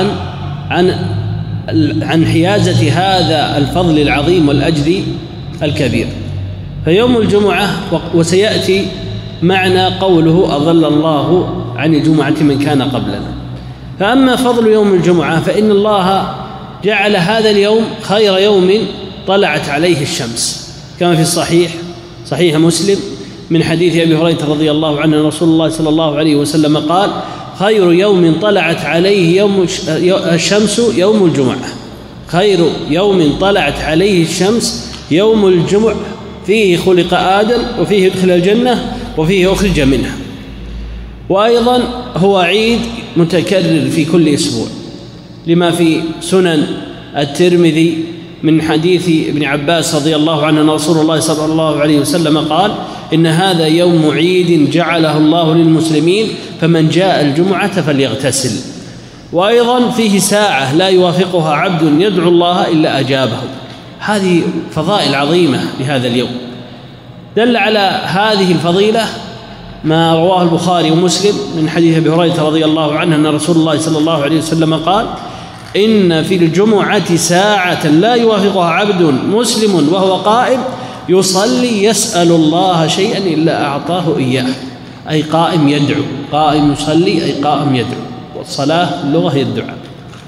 عن حيازة هذا الفضل العظيم والأجر الكبير. فيوم الجمعة، وسيأتي معنى قوله أضل الله عن الجمعة من كان قبلنا. فأما فضل يوم الجمعة فإن الله جعل هذا اليوم خير يوم طلعت عليه الشمس، كما في صحيح مسلم من حديث أبي هريرة رضي الله عنه أن رسول الله صلى الله عليه وسلم قال: خير يوم طلعت عليه الشمس يوم الجمعة. خير يوم طلعت عليه الشمس يوم الجمعة، فيه خلق آدم وفيه ادخل الجنة وفيه أخرج منها. وأيضا هو عيد متكرر في كل أسبوع، لما في سنن الترمذي من حديث ابن عباس رضي الله عنه أن رسول الله صلى الله عليه وسلم قال: إن هذا يوم عيد جعله الله للمسلمين، فمن جاء الجمعة فليغتسل. وأيضا فيه ساعة لا يوافقها عبد يدعو الله إلا أجابه. هذه فضائل عظيمة لهذا اليوم. دل على هذه الفضيلة ما رواه البخاري ومسلم من حديث أبي هريرة رضي الله عنه أن رسول الله صلى الله عليه وسلم قال: إن في الجمعة ساعة لا يوافقها عبد مسلم وهو قائم يصلي يسأل الله شيئا إلا أعطاه إياه، أي قائم يدعو، قائم يصلي أي قائم يدعو، والصلاة اللغة هي الدعاء.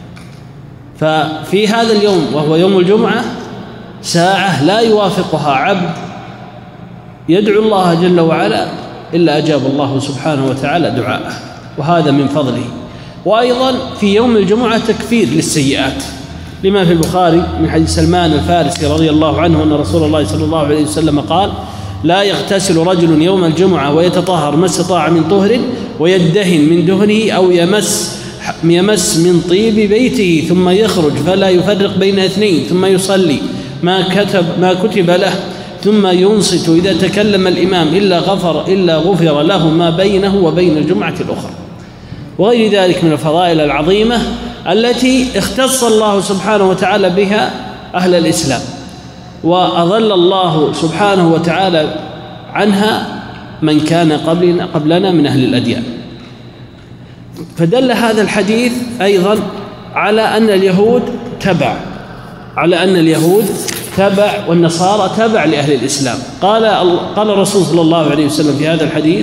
ففي هذا اليوم وهو يوم الجمعة ساعة لا يوافقها عبد يدعو الله جل وعلا إلا أجاب الله سبحانه وتعالى دعاءه، وهذا من فضله. وأيضا في يوم الجمعة تكفير للسيئات، لما في البخاري من حديث سلمان الفارسي رضي الله عنه أن رسول الله صلى الله عليه وسلم قال: لا يغتسل رجل يوم الجمعة ويتطهر ما استطاع من طهر ويدهن من دهنه أو يمس من طيب بيته ثم يخرج فلا يفرق بين اثنين ثم يصلي ما كتب له ثم ينصت إذا تكلم الإمام إلا غفر له ما بينه وبين الجمعة الأخرى. وغير ذلك من الفضائل العظيمة التي اختص الله سبحانه وتعالى بها أهل الإسلام، وأضل الله سبحانه وتعالى عنها من كان قبلنا من أهل الأديان. فدل هذا الحديث أيضا على أن اليهود تبع والنصارى تبع لأهل الإسلام. قال الرسول صلى الله عليه وسلم في هذا الحديث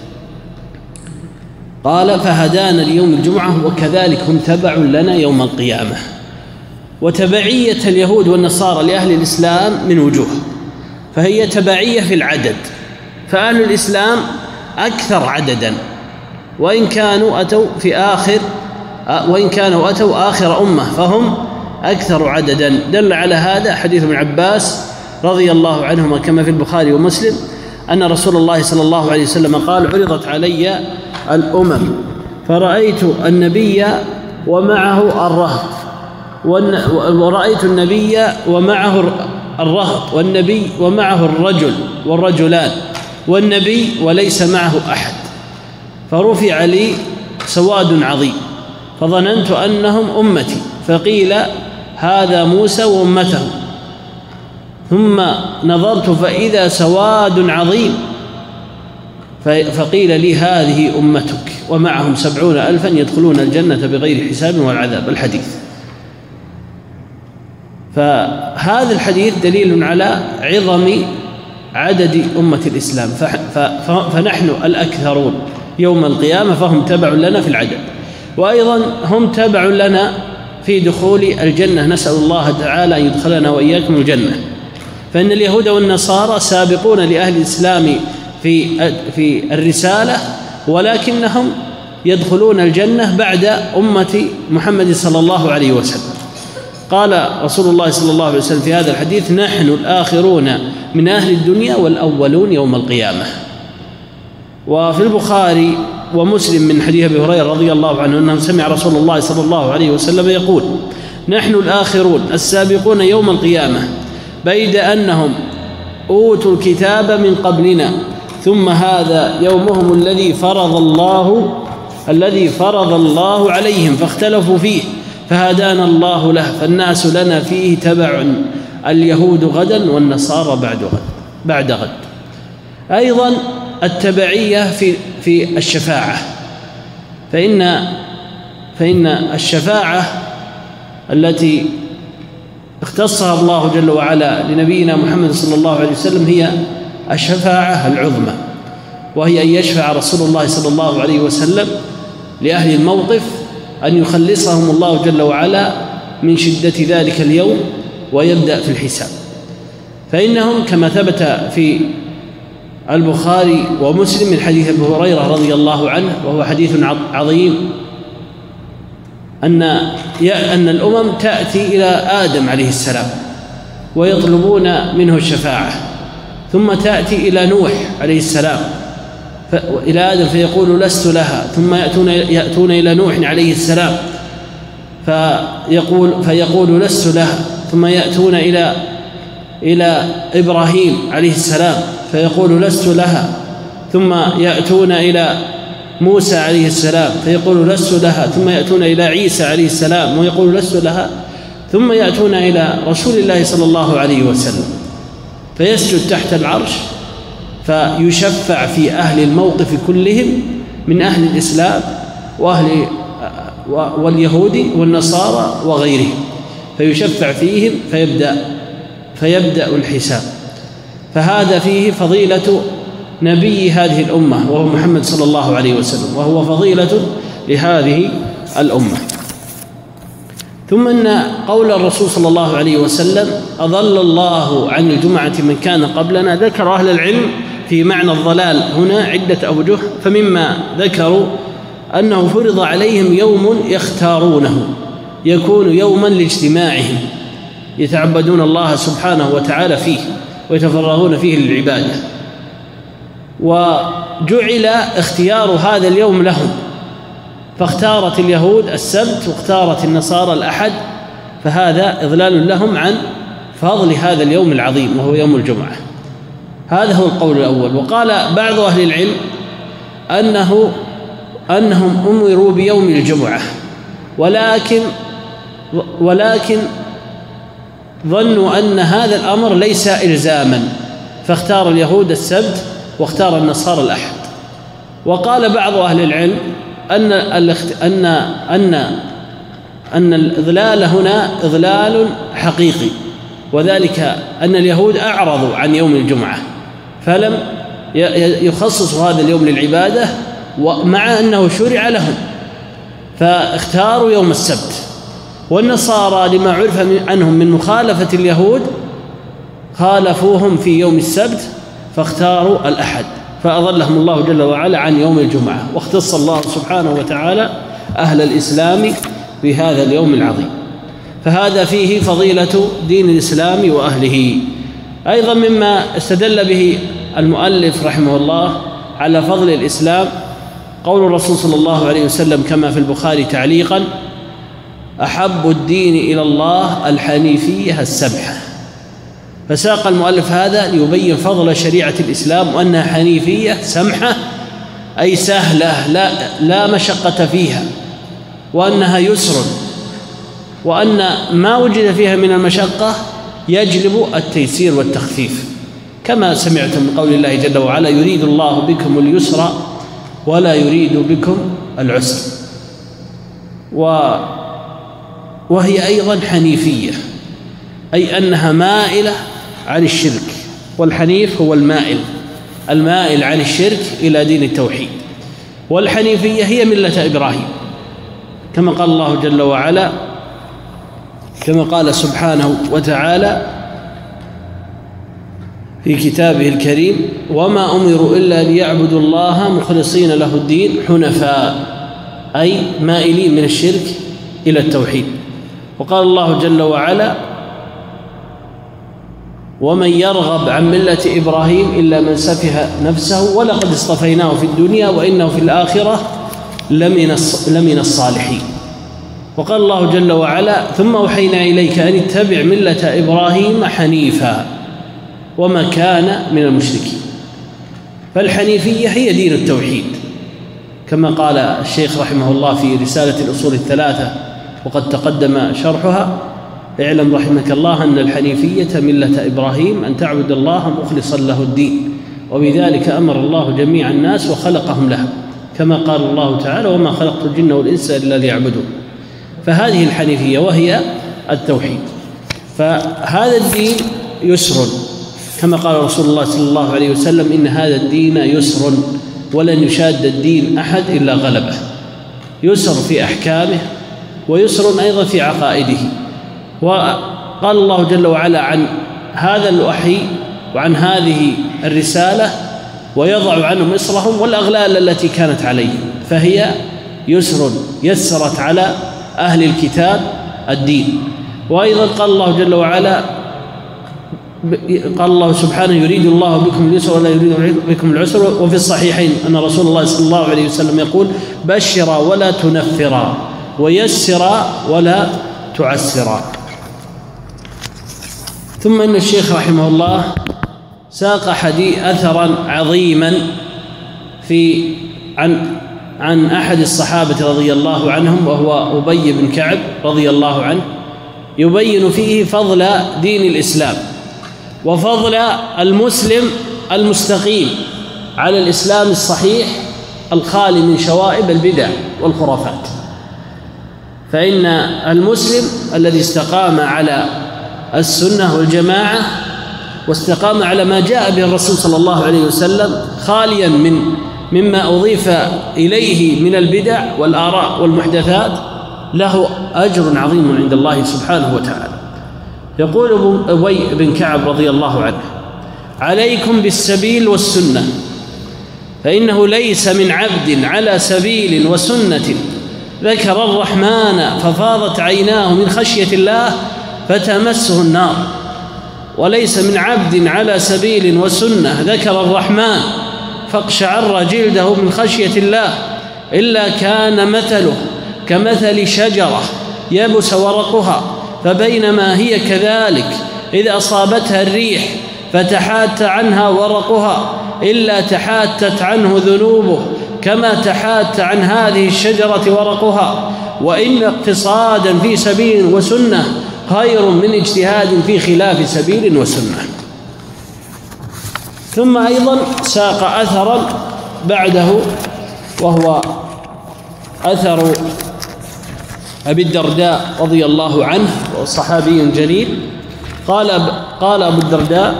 قال: فهدانا ليوم الجمعة وكذلك هم تبع لنا يوم القيامة. وتبعية اليهود والنصارى لأهل الإسلام من وجوه، فهي تبعية في العدد، فأهل الإسلام أكثر عددا، وإن كانوا أتوا آخر أمة فهم أكثر عددا. دل على هذا حديث ابن عباس رضي الله عنهما كما في البخاري ومسلم أن رسول الله صلى الله عليه وسلم قال: عرضت علي الأمم فرأيت النبي ومعه الرهط، ورأيت النبي ومعه الرهط، والنبي ومعه الرجل والرجلان، والنبي وليس معه أحد، فرفع لي سواد عظيم فظننت أنهم أمتي، فقيل: هذا موسى وأمته، ثم نظرت فإذا سواد عظيم، فقيل لي: هذه أمتك ومعهم 70,000 يدخلون الجنة بغير حساب والعذاب. الحديث. فهذا الحديث دليل على عظم عدد أمة الإسلام، فنحن الأكثرون يوم القيامة، فهم تبع لنا في العدد، وأيضا هم تبع لنا في دخول الجنة. نسأل الله تعالى أن يدخلنا وإياكم الجنة. فإن اليهود والنصارى سابقون لأهل الإسلام في الرسالة، ولكنهم يدخلون الجنة بعد أمة محمد صلى الله عليه وسلم. قال رسول الله صلى الله عليه وسلم في هذا الحديث: نحن الآخرون من أهل الدنيا والأولون يوم القيامة. وفي البخاري ومسلم من حديث أبي هريرة رضي الله عنه أنه سمع رسول الله صلى الله عليه وسلم يقول: نحن الآخرون السابقون يوم القيامة، بيد أنهم أوتوا الكتاب من قبلنا، ثم هذا يومهم الذي فرض الله عليهم فاختلفوا فيه، فهدانا الله له، فالناس لنا فيه تبع، اليهود غدا والنصارى بعد غد. أيضا التبعية في الشفاعة، فإن الشفاعة التي اختصها الله جل وعلا لنبينا محمد صلى الله عليه وسلم هي الشفاعة العظمى، وهي أن يشفع رسول الله صلى الله عليه وسلم لأهل الموقف أن يخلصهم الله جل وعلا من شدة ذلك اليوم ويبدأ في الحساب. فإنهم كما ثبت في البخاري ومسلم من حديث أبي هريرة رضي الله عنه، وهو حديث عظيم، أن الأمم تأتي إلى آدم عليه السلام ويطلبون منه الشفاعة، ثم تأتي إلى نوح عليه السلام إلى آدم فيقول لست لها، ثم يأتون إلى نوح عليه السلام فيقول لست لها، ثم يأتون إلى إبراهيم عليه السلام فيقول لست لها، ثم يأتون إلى موسى عليه السلام فيقول لست لها، ثم يأتون إلى عيسى عليه السلام ويقول لست لها، ثم يأتون إلى رسول الله صلى الله عليه وسلم فيسجد تحت العرش فيشفع في أهل الموقف كلهم من أهل الإسلام واليهود والنصارى وغيرهم، فيشفع فيهم فيبدأ الحساب. فهذا فيه فضيلة نبي هذه الأمة وهو محمد صلى الله عليه وسلم، وهو فضيلة لهذه الأمة. ثم أن قول الرسول صلى الله عليه وسلم أضل الله عن الجمعة من كان قبلنا، ذكر أهل العلم في معنى الضلال هنا عدة أوجه، فمما ذكروا أنه فرض عليهم يوم يختارونه يكون يوما لاجتماعهم يتعبدون الله سبحانه وتعالى فيه ويتفرغون فيه للعبادة، وجعل اختيار هذا اليوم لهم، فاختارت اليهود السبت واختارت النصارى الأحد، فهذا إضلال لهم عن فضل هذا اليوم العظيم وهو يوم الجمعة. هذا هو القول الأول. وقال بعض أهل العلم أنهم أمروا بيوم الجمعة، ولكن ظنوا أن هذا الأمر ليس إلزاما، فاختار اليهود السبت واختار النصارى الأحد. وقال بعض أهل العلم أن الإضلال هنا إضلال حقيقي، وذلك أن اليهود أعرضوا عن يوم الجمعة فلم يخصصوا هذا اليوم للعبادة، ومع أنه شرع لهم فاختاروا يوم السبت. والنصارى لما عرف عنهم من مخالفة اليهود خالفوهم في يوم السبت فاختاروا الأحد، فأضلهم الله جل وعلا عن يوم الجمعة، واختص الله سبحانه وتعالى أهل الإسلام بهذا اليوم العظيم. فهذا فيه فضيلة دين الإسلام وأهله. أيضا مما استدل به المؤلف رحمه الله على فضل الإسلام قول الرسول صلى الله عليه وسلم كما في البخاري تعليقا: أحب الدين إلى الله الحنيفية السمحة. فساق المؤلف هذا ليبين فضل شريعة الإسلام وأنها حنيفية سمحة، أي سهلة لا مشقة فيها، وأنها يسر، وأن ما وجد فيها من المشقة يجلب التيسير والتخفيف، كما سمعتم من قول الله جل وعلا: يريد الله بكم اليسر ولا يريد بكم العسر. وهي أيضا حنيفية، أي أنها مائلة عن الشرك، والحنيف هو المائل عن الشرك إلى دين التوحيد. والحنيفية هي ملة إبراهيم، كما قال الله جل وعلا، كما قال سبحانه وتعالى في كتابه الكريم: وما أمروا إلا ليعبدوا الله مخلصين له الدين حنفاء، أي مائلين من الشرك إلى التوحيد. وقال الله جل وعلا: ومن يرغب عن ملة إبراهيم إلا من سفه نفسه ولقد اصطفيناه في الدنيا وإنه في الآخرة لمن الصالحين. وقال الله جل وعلا: ثم أوحينا إليك أن اتبع ملة إبراهيم حنيفا وما كان من المشركين. فالحنيفية هي دين التوحيد، كما قال الشيخ رحمه الله في رسالة الأصول الثلاثة وقد تقدم شرحها: اعلم رحمك الله أن الحنيفية ملة إبراهيم أن تعبد الله مخلصا له الدين، وبذلك أمر الله جميع الناس وخلقهم له، كما قال الله تعالى: وما خلقت الجن والإنس إلا ليعبدون. فهذه الحنيفية وهي التوحيد. فهذا الدين يسر كما قال رسول الله صلى الله عليه وسلم: إن هذا الدين يسر ولن يشاد الدين أحد إلا غلبه. يسر في أحكامه ويسر أيضا في عقائده. وقال الله جل وعلا عن هذا الوحي وعن هذه الرسالة: ويضع عنهم إصرهم والأغلال التي كانت عليهم، فهي يسر يسرت على أهل الكتاب الدين. وأيضا قال الله جل وعلا، قال الله سبحانه: يريد الله بكم اليسر ولا يريد بكم العسر. وفي الصحيحين أن رسول الله صلى الله عليه وسلم يقول: بشرا ولا تنفرا ويسرا ولا تعسرا. ثم إن الشيخ رحمه الله ساق أثرا عظيما عن أحد الصحابة رضي الله عنهم، وهو أبي بن كعب رضي الله عنه، يبين فيه فضل دين الإسلام وفضل المسلم المستقيم على الإسلام الصحيح الخالي من شوائب البدع والخرافات. فإن المسلم الذي استقام على السنة والجماعة واستقام على ما جاء به الرسول صلى الله عليه وسلم خاليا مما أضيف إليه من البدع والآراء والمحدثات، له أجر عظيم عند الله سبحانه وتعالى. يقول أبي بن كعب رضي الله عنه: عليكم بالسبيل والسنة، فإنه ليس من عبد على سبيل وسنة ذكر الرحمن ففاضت عيناه من خشية الله فتمسه النار، وليس من عبد على سبيل وسنة ذكر الرحمن فاقشعر جلده من خشية الله إلا كان مثله كمثل شجرة يبس ورقها، فبينما هي كذلك إذا أصابتها الريح فتحات عنها ورقها إلا تحاتت عنه ذنوبه كما تحات عن هذه الشجرة ورقها، وإن اقتصادا في سبيل وسنة خير من اجتهاد في خلاف سبيل وسنة. ثم أيضا ساق أثرا بعده، وهو أثر أبي الدرداء رضي الله عنه، صحابي جليل. قال أبو الدرداء: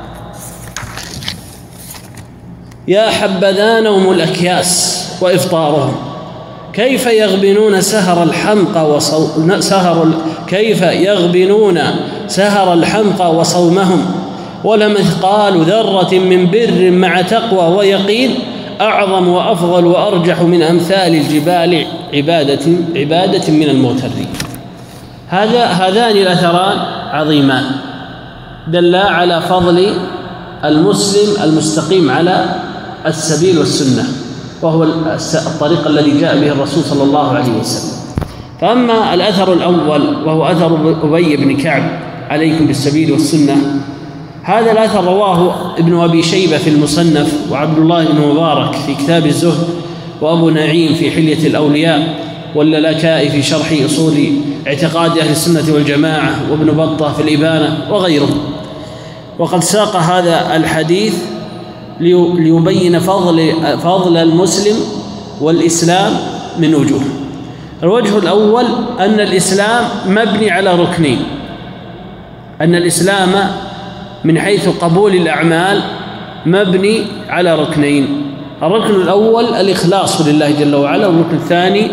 يا حبذا نوم الأكياس وإفطارهم، كيف يغبنون سهر الحمقى وصومهم، ولمثقال ذرة من بر مع تقوى ويقين أعظم وأفضل وأرجح من أمثال الجبال عبادة من المغترين. هذان الأثران عظيمان دلا على فضل المسلم المستقيم على السبيل والسنة، وهو الطريق الذي جاء به الرسول صلى الله عليه وسلم. فأما الأثر الأول وهو أثر أبي بن كعب: عليكم بالسبيل والسنة، هذا الأثر رواه ابن أبي شيبة في المصنف، وعبد الله بن مبارك في كتاب الزهد، وأبو نعيم في حلية الأولياء، واللالكائي في شرح أصول اعتقاد أهل السنة والجماعة، وابن بطة في الإبانة وغيره. وقد ساق هذا الحديث ليبين فضل المسلم والإسلام من وجوه. الوجه الأول أن الإسلام مبني على ركنين، أن الإسلام من حيث قبول الأعمال مبني على ركنين: الركن الأول الإخلاص لله جل وعلا، والركن الثاني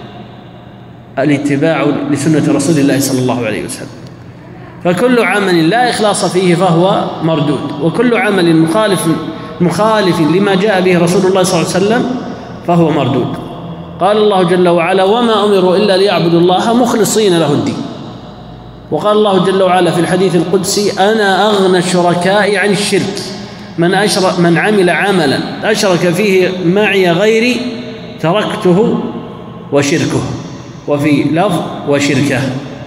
الاتباع لسنة رسول الله صلى الله عليه وسلم. فكل عمل لا إخلاص فيه فهو مردود، وكل عمل مخالف لما جاء به رسول الله صلى الله عليه وسلم فهو مردود. قال الله جل وعلا: وما أمروا إلا ليعبدوا الله مخلصين له الدين. وقال الله جل وعلا في الحديث القدسي: أنا أغنى الشركاء عن الشرك، من عمل عملا أشرك فيه معي غيري تركته وشركه، وفي لفظ وشركه.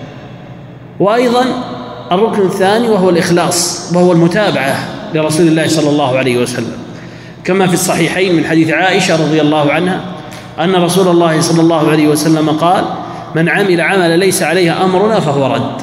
وأيضا الركن الثاني وهو الإخلاص، وهو المتابعة لرسول الله صلى الله عليه وسلم، كما في الصحيحين من حديث عائشة رضي الله عنها أن رسول الله صلى الله عليه وسلم قال: من عمل عملا ليس عليه أمرنا فهو رد.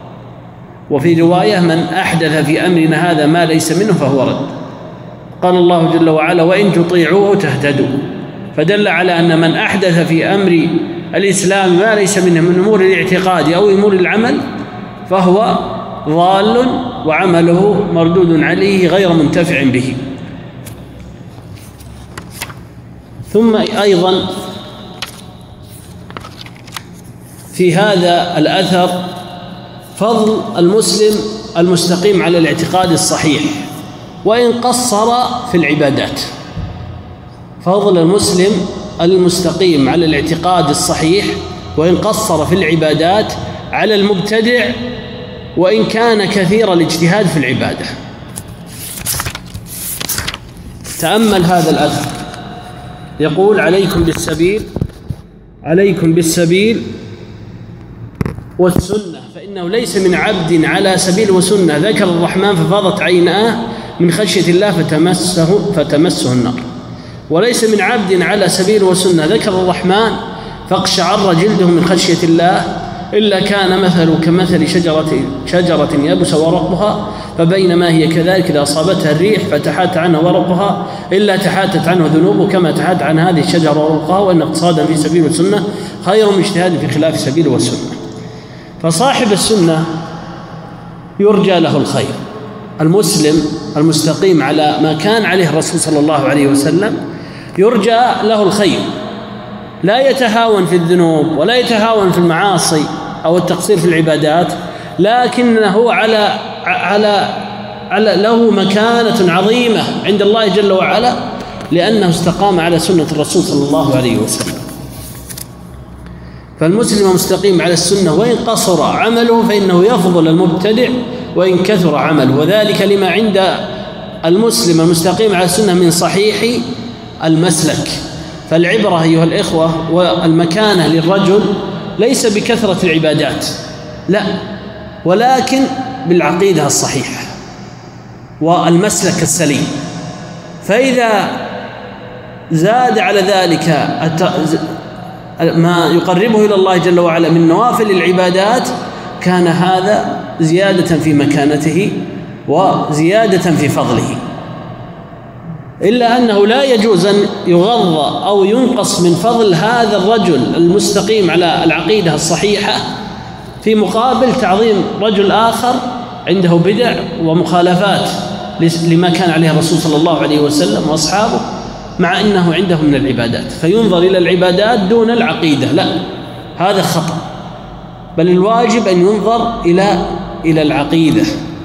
وفي رواية: من أحدث في أمرنا هذا ما ليس منه فهو رد. قال الله جل وعلا: وإن تطيعوه تهتدوا. فدل على أن من أحدث في أمر الإسلام ما ليس منه من أمور الاعتقاد أو أمور العمل فهو ضال وعمله مردود عليه غير منتفع به. ثم أيضا في هذا الأثر فضل المسلم المستقيم على الاعتقاد الصحيح وإن قصر في العبادات. فضل المسلم المستقيم على الاعتقاد الصحيح وإن قصر في العبادات على المبتدع وإن كان كثير الاجتهاد في العبادة. تأمل هذا الأثر، يقول عليكم بالسبيل والسنة، فإنه ليس من عبد على سبيل وسنة ذكر الرحمن ففاضت عيناه من خشية الله فتمسه النار، وليس من عبد على سبيل وسنة ذكر الرحمن فاقشعر جلده من خشية الله إلا كان مثله كمثل شجرة يبس ورقها فبينما هي كذلك إذا أصابتها الريح فتحات عنه ورقها إلا تحاتت عنه ذنوبه كما تحات عن هذه الشجرة ورقها، وإن اقتصادا في سبيل السنة خير من اجتهاد في خلاف سبيل والسنة. فصاحب السنة يرجى له الخير، المسلم المستقيم على ما كان عليه الرسول صلى الله عليه وسلم يرجى له الخير، لا يتهاون في الذنوب ولا يتهاون في المعاصي أو التقصير في العبادات، لكنه له مكانة عظيمة عند الله جل وعلا لأنه استقام على سنة الرسول صلى الله عليه وسلم. فالمسلم المستقيم على السنة وإن قصر عمله فإنه يفضل المبتدع وإن كثر عمله، وذلك لما عند المسلم المستقيم على السنة من صحيح المسلك. فالعبرة أيها الإخوة والمكانة للرجل ليس بكثرة العبادات، لا، ولكن بالعقيدة الصحيحة والمسلك السليم. فإذا زاد على ذلك ما يقربه إلى الله جل وعلا من نوافل العبادات كان هذا زيادة في مكانته وزيادة في فضله، إلا أنه لا يجوز أن يغض أو ينقص من فضل هذا الرجل المستقيم على العقيدة الصحيحة في مقابل تعظيم رجل آخر عنده بدع ومخالفات لما كان عليه الرسول صلى الله عليه وسلم وأصحابه، مع أنه عنده من العبادات، فينظر إلى العبادات دون العقيدة. لا، هذا خطأ، بل الواجب أن ينظر إلى العقيدة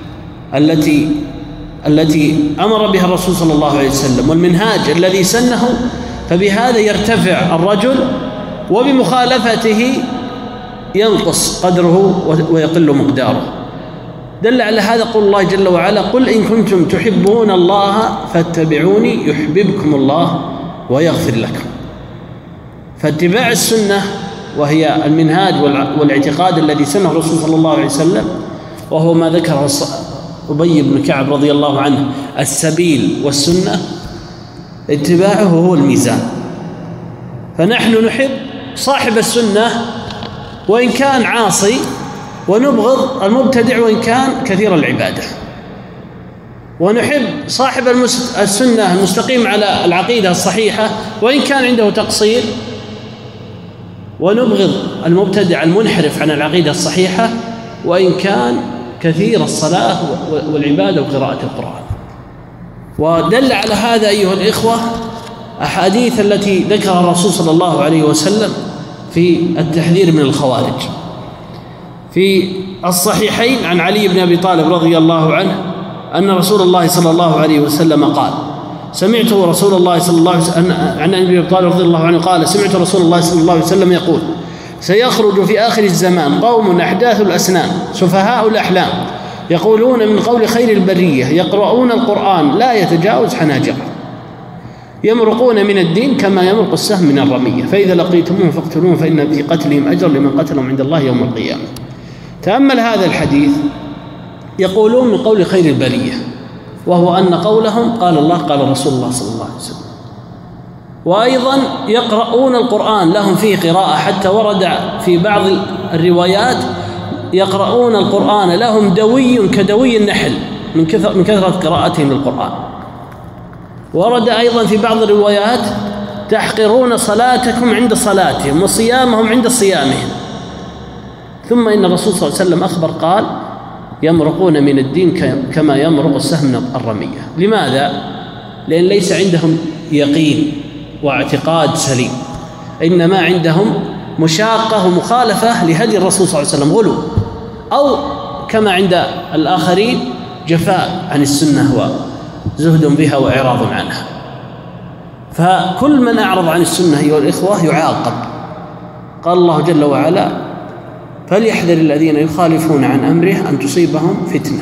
التي أمر بها الرسول صلى الله عليه وسلم والمنهاج الذي سنه، فبهذا يرتفع الرجل وبمخالفته ينقص قدره ويقل مقداره. دل على هذا قول الله جل وعلا: قل إن كنتم تحبون الله فاتبعوني يحببكم الله ويغفر لكم. فاتباع السنة وهي المنهاج والاعتقاد الذي سنه الرسول صلى الله عليه وسلم، وهو ما ذكره أبي بن كعب رضي الله عنه: السبيل والسنة اتباعه هو الميزان. فنحن نحب صاحب السنة وإن كان عاصي، ونبغض المبتدع وإن كان كثير العبادة، ونحب صاحب السنة المستقيم على العقيدة الصحيحة وإن كان عنده تقصير، ونبغض المبتدع المنحرف عن العقيدة الصحيحة وإن كان كثير الصلاة والعبادة وقراءة القرآن. ودل على هذا أيها الإخوة أحاديث التي ذكرها الرسول صلى الله عليه وسلم في التحذير من الخوارج. في الصحيحين عن علي بن أبي طالب رضي الله عنه أن رسول الله صلى الله عليه وسلم قال: سمعت رسول الله صلى الله عليه وسلم عن أبي طالب رضي الله عنه قال: سمعت رسول الله صلى الله عليه وسلم يقول: سيخرج في آخر الزمان قوم أحداث الأسنان سفهاء الأحلام يقولون من قول خير البرية يقرؤون القرآن لا يتجاوز حناجرهم يمرقون من الدين كما يمرق السهم من الرمية فإذا لقيتموهم فاقتلوهم فإن في قتلهم أجر لمن قتلهم عند الله يوم القيامة. تأمل هذا الحديث، يقولون من قول خير البرية، وهو أن قولهم قال الله قال رسول الله صلى الله عليه وسلم. وأيضا يقرؤون القرآن، لهم فيه قراءة، حتى ورد في بعض الروايات يقرؤون القرآن لهم دوي كدوي النحل من كثرة قراءتهم للقرآن. ورد أيضا في بعض الروايات: تحقرون صلاتكم عند صلاتهم وصيامهم عند صيامهم. ثم إن الرسول صلى الله عليه وسلم أخبر قال: يمرقون من الدين كما يمرق السهم من الرمية. لماذا؟ لأن ليس عندهم يقين واعتقاد سليم، إنما عندهم مشاقة ومخالفة لهدي الرسول صلى الله عليه وسلم، غلو، أو كما عند الآخرين جفاء عن السنة وزهد بها وإعراض عنها. فكل من أعرض عن السنة أيها الإخوة يعاقب. قال الله جل وعلا: فليحذر الذين يخالفون عن أمره أن تصيبهم فتنة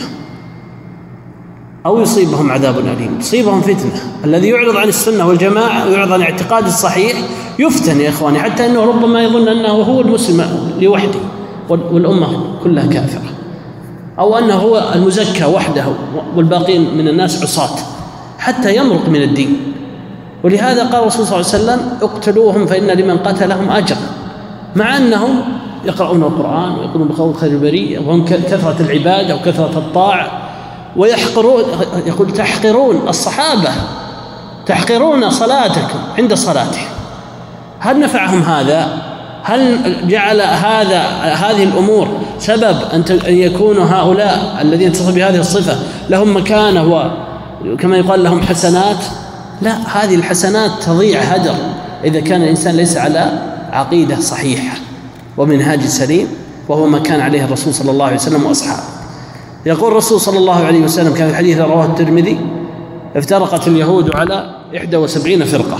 أو يصيبهم عذاب أليم. تصيبهم فتنة، الذي يعرض عن السنة والجماعة ويعرض عن اعتقاد الصحيح يفتن يا إخواني، حتى أنه ربما يظن أنه هو المسلم لوحده والأمة كلها كافرة، أو أنه هو المزكى وحده والباقين من الناس عصاة، حتى يمرق من الدين. ولهذا قال الرسول صلى الله عليه وسلم: اقتلوهم فإن لمن قتلهم أجر، مع أنهم يقرؤون القرآن ويقولون بقول خير البرية وهم كثرة العبادة وكثرة الطاعة، ويحقرون، يقول: تحقرون الصحابة، تحقرون صلاتكم عند صلاتهم. هل نفعهم هذا؟ هل جعل هذه الأمور سبب أن يكون هؤلاء الذين اتصفوا بهذه الصفة لهم مكانة وكما يقال لهم حسنات؟ لا، هذه الحسنات تضيع هدر إذا كان الإنسان ليس على عقيدة صحيحة ومنهاج سليم، وهو ما كان عليه الرسول صلى الله عليه وسلم وأصحابه. يقول الرسول صلى الله عليه وسلم كان في الحديث رواه الترمذي: افترقت اليهود على 71 فرقة،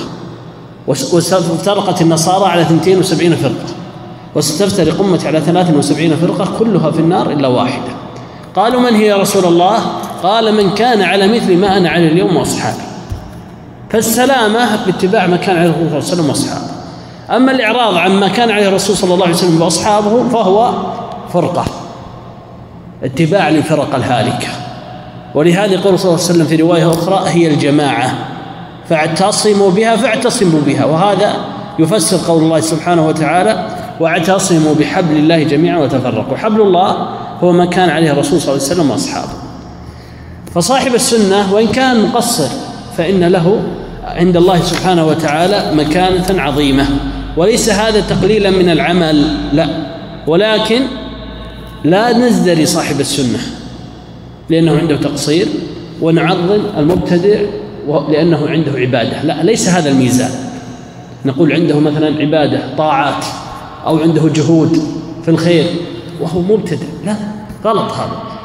وافترقت النصارى على 72 فرقة، وستفترق أمتي على 73 فرقة كلها في النار إلا واحدة. قالوا: من هي يا رسول الله؟ قال: من كان على مثل ما أنا عليه اليوم وأصحابي. فالسلامة باتباع ما كان عليه الرسول صلى الله عليه وسلم وأصحابه. أما الإعراض عن ما كان عليه الرسول صلى الله عليه وسلم وأصحابه فهو فرقة، اتباع للفرق الهالكة. ولهذا يقول صلى الله عليه وسلم في رواية أخرى: هي الجماعة فاعتصموا بها فاعتصموا بها. وهذا يفسر قول الله سبحانه وتعالى: واعتصموا بحبل الله جميعا وتفرقوا. حبل الله هو ما كان عليه الرسول صلى الله عليه وسلم وأصحابه. فصاحب السنة وإن كان مقصر فإن له عند الله سبحانه وتعالى مكانة عظيمة، وليس هذا تقليلا من العمل، لا، ولكن لا نزدري صاحب السنة لأنه عنده تقصير، ونعظم المبتدع لأنه عنده عبادة، لا، ليس هذا الميزان. نقول عنده مثلا عبادة طاعات أو عنده جهود في الخير وهو مبتدع، لا، غلط.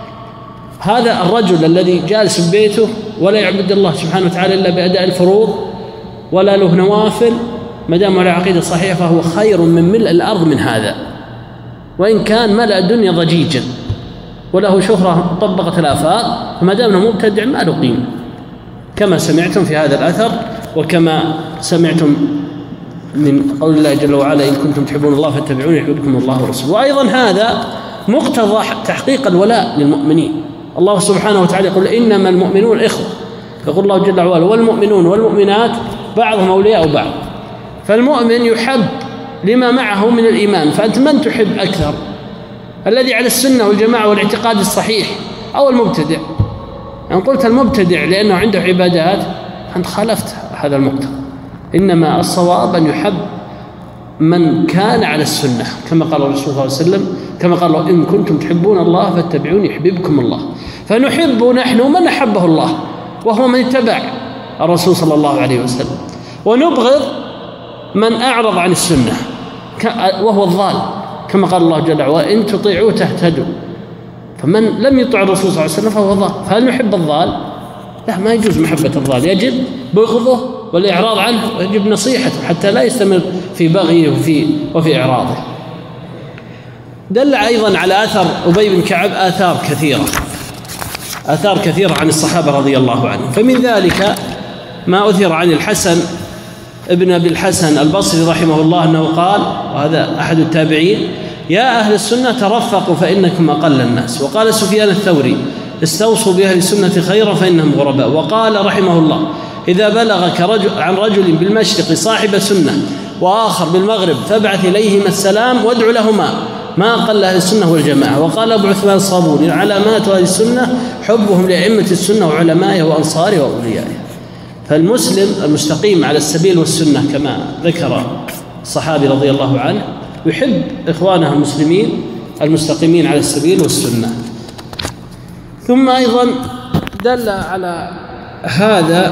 هذا الرجل الذي جالس في بيته ولا يعبد الله سبحانه وتعالى إلا بأداء الفروض ولا له نوافل، ما دام على عقيدة صحيحة فهو خير من ملء الأرض من هذا، وإن كان ملأ الدنيا ضجيجا وله شهرة طبقت الآفاق، فما دام مبتدع ما له قيمة، كما سمعتم في هذا الأثر وكما سمعتم من قول الله جل وعلا: إن كنتم تحبون الله فاتبعوني يحببكم الله ورسوله. وأيضا هذا مقتضى تحقيق الولاء للمؤمنين. الله سبحانه وتعالى يقول: إنما المؤمنون إخوة. يقول الله جل وعلا: والمؤمنون والمؤمنات بعضهم أولياء بعض. فالمؤمن يحب لما معه من الإيمان. فأنت من تحب أكثر؟ الذي على السنة والجماعة والاعتقاد الصحيح أو المبتدع؟ أن قلت المبتدع لأنه عنده عبادات أنت خالفت هذا المقتضى. إنما الصواب أن يحب من كان على السنة، كما قال الرسول صلى الله عليه وسلم، كما قال: إن كنتم تحبون الله فاتبعوني يحببكم الله. فنحب نحن من أحبه الله وهو من اتبع الرسول صلى الله عليه وسلم، ونبغض من أعرض عن السنة وهو الضال، كما قال الله جل وعلا: إن تطيعوه تهتدوا. فمن لم يطع الرسول صلى الله عليه وسلم فهو ضال. فهل نحب الضال؟ لا، ما يجوز محبة الضال، يجب بغضه والإعراض عنه، ويجب نصيحته حتى لا يستمر في بغيه وفي إعراضه. دل أيضا على أثر أبي بن كعب آثار كثيرة عن الصحابة رضي الله عنهم. فمن ذلك ما أثر عن الحسن ابن أبي الحسن البصري رحمه الله أنه قال، وهذا أحد التابعين: يا أهل السنة ترفقوا فإنكم أقل الناس. وقال سفيان الثوري: استوصوا بأهل السنة خيرا فإنهم غرباء. وقال رحمه الله: إذا بلغك عن رجل بالمشرق صاحب سنة وآخر بالمغرب فابعث إليهما السلام وادع لهما، ما أقل أهل السنة والجماعة. وقال أبو عثمان الصابوني: علامات أهل السنة حبهم لأئمة السنة وعلمائه وأنصاره وأوليائه. فالمسلم المستقيم على السبيل والسنة كما ذكر الصحابي رضي الله عنه يحب إخوانه المسلمين المستقيمين على السبيل والسنة. ثم أيضا دل على هذا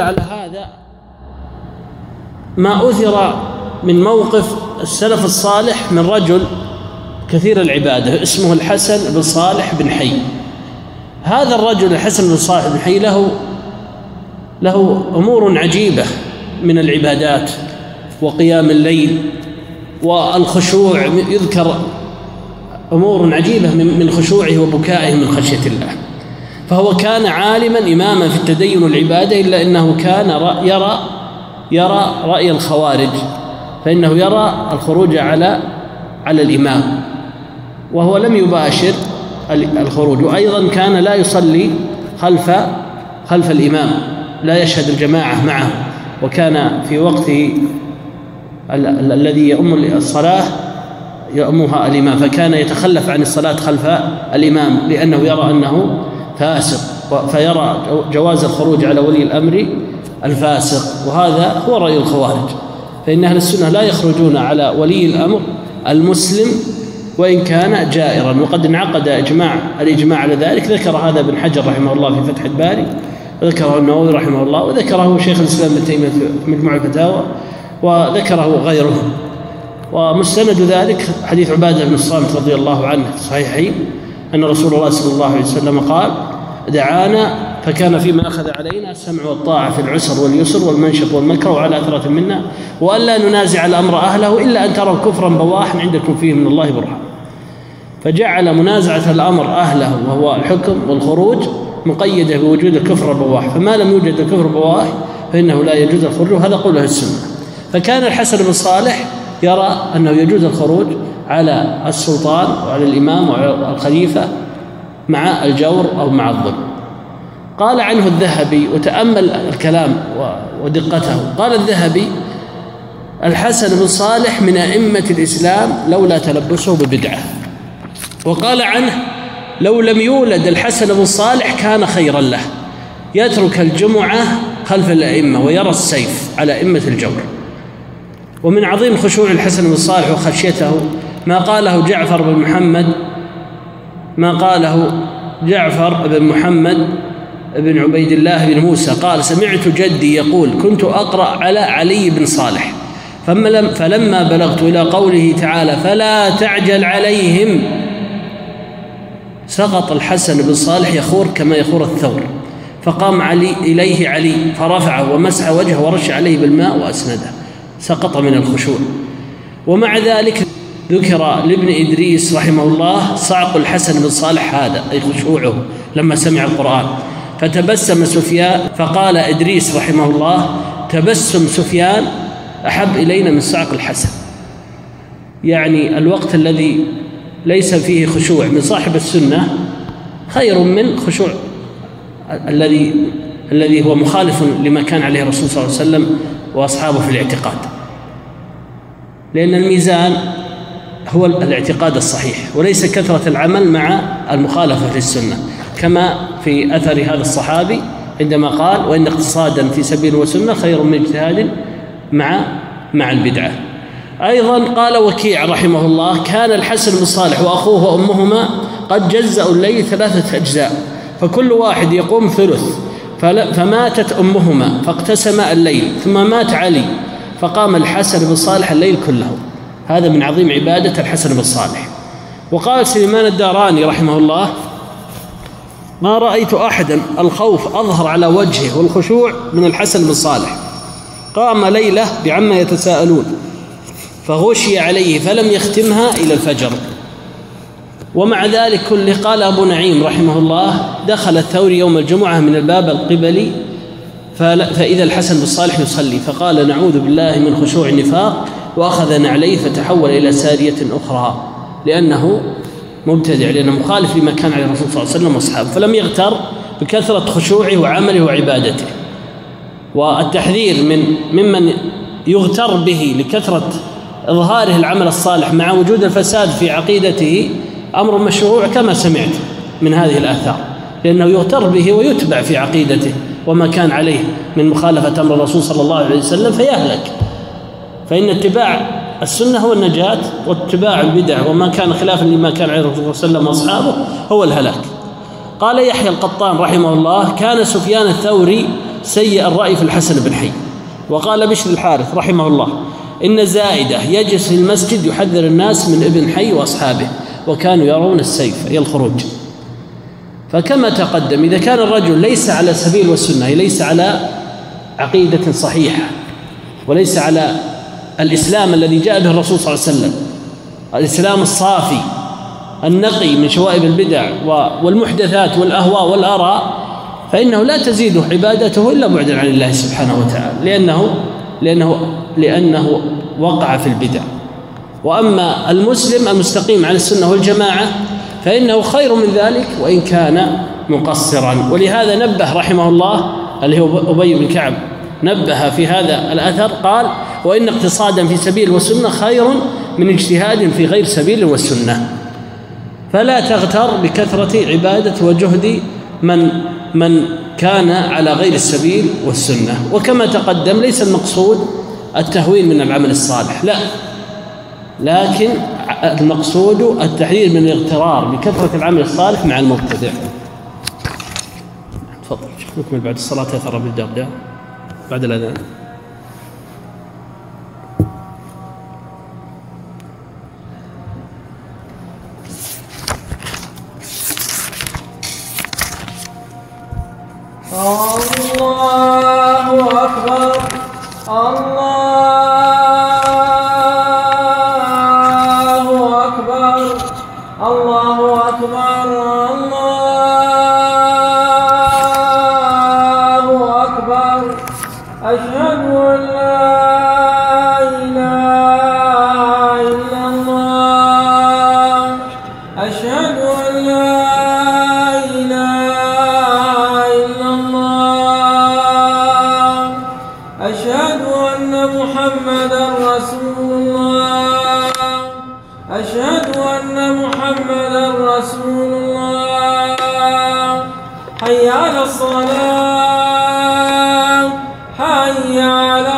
ما أثر من موقف السلف الصالح من رجل كثير العبادة اسمه الحسن بن صالح بن حي. هذا الرجل الحسن بن صالح بن حي له أمور عجيبة من العبادات وقيام الليل والخشوع، يذكر أمور عجيبة من خشوعه وبكائه من خشية الله. فهو كان عالما إماما في التدين والعبادة، إلا أنه كان يرى رأي الخوارج، فإنه يرى الخروج على الإمام، وهو لم يباشر الخروج. وأيضا كان لا يصلي خلف الإمام، لا يشهد الجماعة معه، وكان في وقته الذي يؤم الصلاة يؤمها الإمام، فكان يتخلف عن الصلاة خلف الإمام لأنه يرى أنه فاسق، فيرى جواز الخروج على ولي الأمر الفاسق. وهذا هو رأي الخوارج، فإن أهل السنة لا يخرجون على ولي الأمر المسلم وإن كان جائرا، وقد انعقد الإجماع على ذلك. ذكر هذا ابن حجر رحمه الله في فتح الباري، وذكره النووي رحمه الله، وذكره شيخ الإسلام ابن تيمية في مجموع الفتاوى، وذكره غيره. ومستند ذلك حديث عبادة بن الصامت رضي الله عنه في الصحيحين أن رسول الله صلى الله عليه وسلم قال: دعانا فكان فيما أخذ علينا السمع والطاعة في العسر واليسر والمنشط والمكر وعلى أثرة منا، وألا ننازع الأمر أهله إلا أن تروا كفرا بواحا عندكم فيه من الله برهان. فجعل منازعة الأمر أهله وهو الحكم والخروج مقيدة بوجود الكفر البواح، فما لم يوجد الكفر البواح فإنه لا يجوز الخروج. هذا قوله السنة. فكان الحسن بن صالح يرى أنه يجوز الخروج على السلطان وعلى الإمام وعلى الخليفة مع الجور أو مع الظلم. قال عنه الذهبي، وتأمل الكلام ودقته، قال الذهبي: الحسن بن صالح من أئمة الإسلام لولا تلبسه ببدعة. وقال عنه: لو لم يولد الحسن بن صالح كان خيرا له، يترك الجمعة خلف الأئمة ويرى السيف على أئمة الجور. ومن عظيم خشوع الحسن بن صالح وخشيته ما قاله جعفر بن محمد بن عبيد الله بن موسى قال: سمعت جدي يقول: كنت أقرأ على علي بن صالح، فلما بلغت إلى قوله تعالى: فلا تعجل عليهم، سقط الحسن بن صالح يخور كما يخور الثور، فقام إليه علي فرفعه ومسح وجهه ورش عليه بالماء وأسنده، سقط من الخشوع. ومع ذلك ذكر لابن إدريس رحمه الله صعق الحسن بن صالح هذا، أي خشوعه لما سمع القرآن. فتبسم سفيان، فقال إدريس رحمه الله: تبسم سفيان أحب إلينا من صعق الحسن. يعني الوقت الذي ليس فيه خشوع من صاحب السنة خير من خشوع الذي هو مخالف لما كان عليه الرسول صلى الله عليه وسلم وأصحابه في الاعتقاد، لأن الميزان هو الاعتقاد الصحيح وليس كثرة العمل مع المخالفة للسنة، كما في أثر هذا الصحابي عندما قال: وإن اقتصادا في سبيل وسنة خير من اجتهاد مع البدعة. أيضا قال وكيع رحمه الله: كان الحسن بن صالح وأخوه وأمهما قد جزأوا الليل 3 أجزاء، فكل واحد يقوم ثلث، فماتت أمهما فاقتسم الليل، ثم مات علي فقام الحسن بن صالح الليل كله. هذا من عظيم عبادة الحسن بن صالح. وقال سليمان الداراني رحمه الله: ما رأيت أحدا الخوف أظهر على وجهه والخشوع من الحسن بن صالح. قام ليلة بعما يتساءلون فغشي عليه فلم يختمها إلى الفجر. ومع ذلك كله قال أبو نعيم رحمه الله: دخل الثوري يوم الجمعة من الباب القبلي فإذا الحسن بن صالح يصلي، فقال: نعوذ بالله من خشوع النفاق، وأخذ نعليه فتحول إلى سارية أخرى، لأنه مبتدع، لأنه مخالف لما كان عليه الرسول صلى الله عليه وسلم وأصحابه، فلم يغتر بكثرة خشوعه وعمله وعبادته. والتحذير ممن يغتر به لكثرة إظهاره العمل الصالح مع وجود الفساد في عقيدته أمر مشروع كما سمعت من هذه الآثار، لأنه يغتر به ويتبع في عقيدته وما كان عليه من مخالفة أمر الرسول صلى الله عليه وسلم فيهلك. فإن اتباع السنة هو النجاة، واتباع البدع وما كان خلافا لما كان عليه الرسول صلى الله عليه وسلم وأصحابه هو الهلاك. قال يحيى القطان رحمه الله: كان سفيان الثوري سيء الرأي في الحسن بن حي. وقال بشر الحارث رحمه الله: إن زائدة يجلس في المسجد يحذر الناس من ابن حي وأصحابه، وكانوا يرون السيف أي الخروج. فكما تقدم، إذا كان الرجل ليس على سبيل والسنة، ليس على عقيدة صحيحة، وليس على الإسلام الذي جاء به الرسول صلى الله عليه وسلم، الإسلام الصافي النقي من شوائب البدع والمحدثات والأهواء والآراء، فإنه لا تزيده عبادته إلا بعدا عن الله سبحانه وتعالى، لأنه وقع في البدع. وأما المسلم المستقيم على السنة والجماعة فإنه خير من ذلك وإن كان مقصرا. ولهذا نبه رحمه الله، اللي هو أبي بن كعب، نبه في هذا الأثر قال: وإن اقتصادا في سبيل والسنة خير من اجتهاد في غير سبيل والسنة. فلا تغتر بكثرة عبادة وجهد من كان على غير السبيل والسنة. وكما تقدم، ليس المقصود التهوين من العمل الصالح، لا، لكن المقصود التحذير من الاغترار بكثرة العمل الصالح مع المبتدع. تفضل نكمل بعد الصلاة. أثر بالدرداء بعد الأذان. الله أكبر الله أكبر الله أكبر الله أكبر أشهد أن لا إله إلا الله أشهد أن لا أشهد أن محمدا رسول الله أشهد أن محمدا رسول الله حي على الصلاة حي على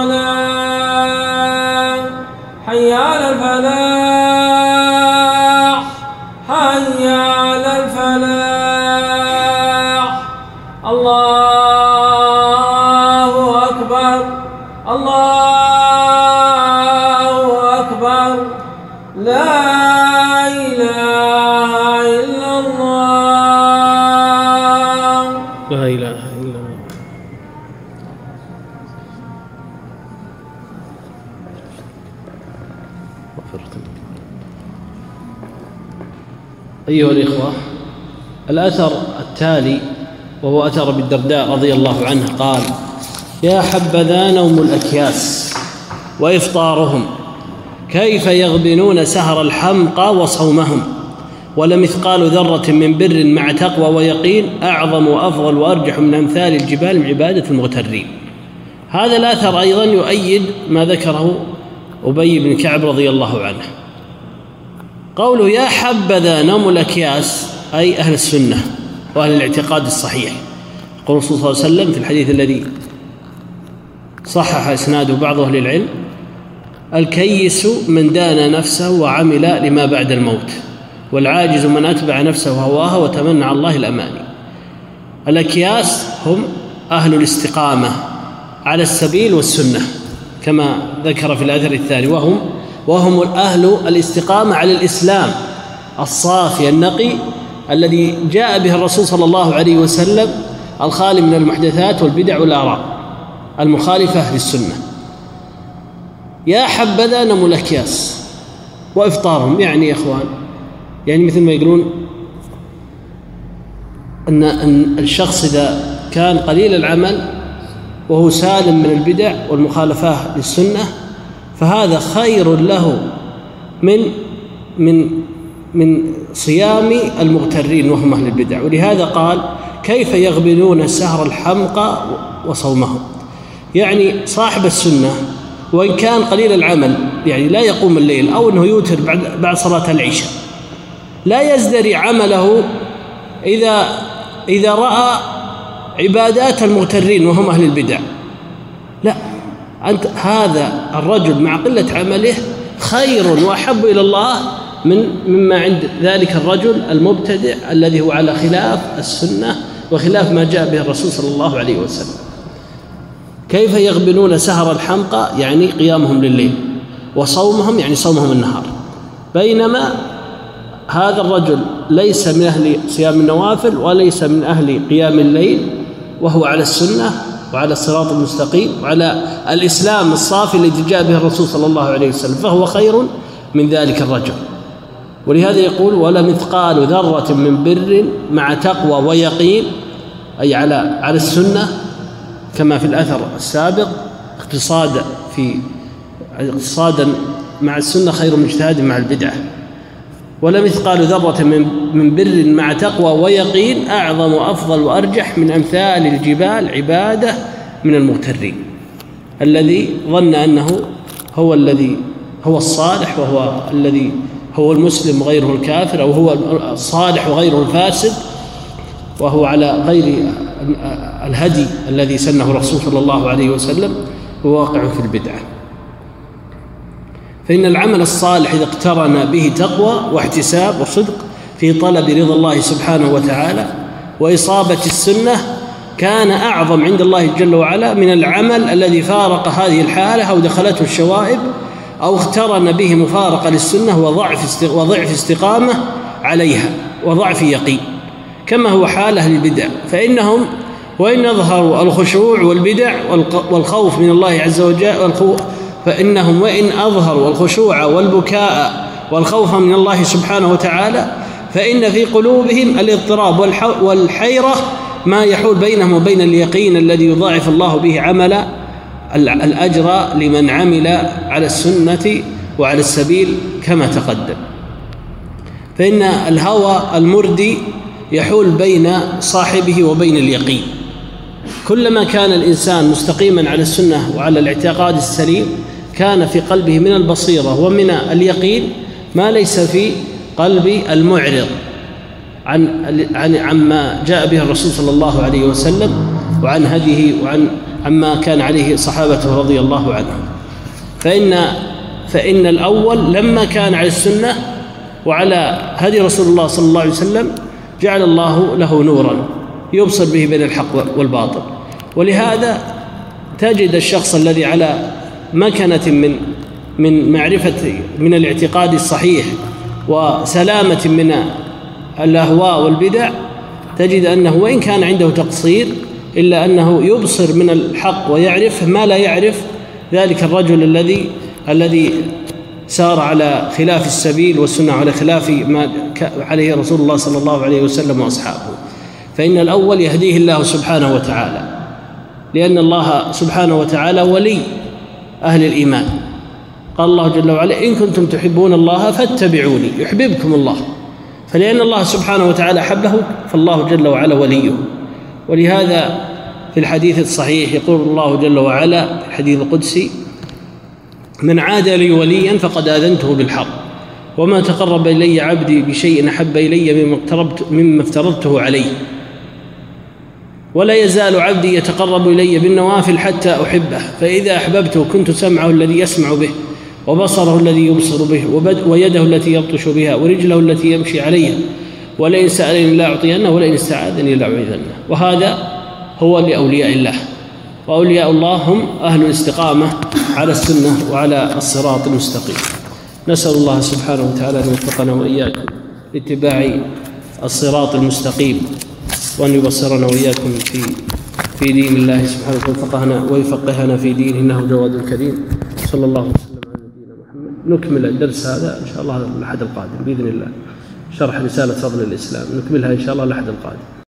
الصلاة حي على الفلاح حي على الفلاح الله أكبر لا إله إلا الله لا إله إلا الله. أيها الإخوة، الأثر التالي وهو أثر أبي الدرداء رضي الله عنه قال: يا حبذا نوم الأكياس وإفطارهم، كيف يغبنون سهر الحمقى وصومهم، ولمثقال ذرة من بر مع تقوى ويقين أعظم وأفضل وأرجح من أمثال الجبال من عبادة المغترين. هذا الأثر أيضا يؤيد ما ذكره أبي بن كعب رضي الله عنه. قوله يا حبذا نوم الأكياس أي أهل السنة وأهل الاعتقاد الصحيح. يقول الرسول صلى الله عليه وسلم في الحديث الذي صحح إسناده بعض أهل العلم: الكيس من دان نفسه وعمل لما بعد الموت، والعاجز من أتبع نفسه هواها وتمنى على الله الأماني. الأكياس هم أهل الاستقامة على السبيل والسنة كما ذكر في الأثر الثاني، وهم أهل الاستقامة على الإسلام الصافي النقي الذي جاء به الرسول صلى الله عليه وسلم، الخالي من المحدثات والبدع والآراء المخالفة للسنة. يا حبذا نوم الأكياس وإفطارهم، يعني يا إخوان، يعني مثل ما يقولون أن الشخص إذا كان قليل العمل وهو سالم من البدع والمخالفة للسنة فهذا خير له من صيام المغترين وهم أهل البدع. ولهذا قال كيف يغبنون سهر الحمقى وصومهم، يعني صاحب السنة وإن كان قليل العمل، يعني لا يقوم الليل أو أنه يوتر بعد صلاة العشاء، لا يزدري عمله إذا رأى عبادات المغترين وهم أهل البدع. لا، أنت هذا الرجل مع قلة عمله خير وأحب إلى الله مما عند ذلك الرجل المبتدع الذي هو على خلاف السنة وخلاف ما جاء به الرسول صلى الله عليه وسلم. كيف يغبنون سهر الحمقى؟ يعني قيامهم لليل، وصومهم يعني صومهم النهار، بينما هذا الرجل ليس من أهل صيام النوافل وليس من أهل قيام الليل، وهو على السنة وعلى الصراط المستقيم وعلى الإسلام الصافي الذي جاء به الرسول صلى الله عليه وسلم، فهو خير من ذلك الرجل. ولهذا يقول: ولا مثقال ذرة من بر مع تقوى ويقين، أي على السنة كما في الأثر السابق، اقتصادا مع السنة خير من اجتهاد مع البدعة. ولا مثقال ذرة من بر مع تقوى ويقين أعظم وأفضل وأرجح من أمثال الجبال عبادة من المغترين، الذي ظن أنه هو الصالح، وهو الذي هو المسلم وغيره الكافر، أو هو الصالح وغيره الفاسد، وهو على غير الهدي الذي سنه الرسول صلى الله عليه وسلم، هو واقع في البدعة. فإن العمل الصالح إذا اقترن به تقوى واحتساب وصدق في طلب رضا الله سبحانه وتعالى وإصابة السنة، كان أعظم عند الله جل وعلا من العمل الذي فارق هذه الحالة أو دخلته الشوائب أو اقترن به مفارقة للسنة وضعف استقامة عليها وضعف يقين، كما هو حال أهل البدع. فإنهم وإن أظهروا الخشوع والبدع والخوف من الله عز وجل، فإنهم وإن أظهروا الخشوع والبكاء والخوف من الله سبحانه وتعالى، فإن في قلوبهم الاضطراب والحيرة ما يحول بينهم وبين اليقين الذي يضاعف الله به عمل الأجر لمن عمل على السنة وعلى السبيل كما تقدم. فإن الهوى المردي يحول بين صاحبه وبين اليقين. كلما كان الإنسان مستقيما على السنة وعلى الاعتقاد السليم، كان في قلبه من البصيرة ومن اليقين ما ليس في قلب المعرض عما جاء به الرسول صلى الله عليه وسلم وعن هديه عما كان عليه صحابته رضي الله عنهم. فإن الأول لما كان على السنة وعلى هدي رسول الله صلى الله عليه وسلم، جعل الله له نورا يبصر به بين الحق والباطل. ولهذا تجد الشخص الذي على مكنة من معرفة من الاعتقاد الصحيح وسلامة من الأهواء والبدع، تجد أنه وإن كان عنده تقصير إلا أنه يبصر من الحق ويعرف ما لا يعرف ذلك الرجل الذي سار على خلاف السبيل والسنة، على خلاف ما عليه رسول الله صلى الله عليه وسلم وأصحابه. فإن الأول يهديه الله سبحانه وتعالى، لأن الله سبحانه وتعالى ولي أهل الإيمان. قال الله جل وعلا: إن كنتم تحبون الله فاتبعوني يحببكم الله. فلأن الله سبحانه وتعالى أحبه، فالله جل وعلا وليه. ولهذا في الحديث الصحيح يقول الله جل وعلا في الحديث القدسي: من عاد لي وليا فقد آذنته بالحق، وما تقرب إلي عبدي بشيء أحب إلي مما افترضته عليه، ولا يزال عبدي يتقرب إلي بالنوافل حتى أحبه، فإذا أحببته كنت سمعه الذي يسمع به، وبصره الذي يبصر به، ويده التي يبطش بها، ورجله التي يمشي عليها، ولئن سألني لا أعطينه، ولئن استعاذني لا أعيذنه. وهذا هو لأولياء الله، وأولياء الله هم أهل الاستقامة على السنة وعلى الصراط المستقيم. نسأل الله سبحانه وتعالى أن يوفقنا وإياكم لاتباع الصراط المستقيم، وأن يبصرنا وإياكم في دين الله سبحانه ويفقهنا في دينه، إنه جواد كريم. صلى الله وسلم على نبينا محمد. نكمل الدرس هذا إن شاء الله الأحد القادم بإذن الله، شرح رسالة فضل الإسلام، نكملها إن شاء الله الأحد القادم.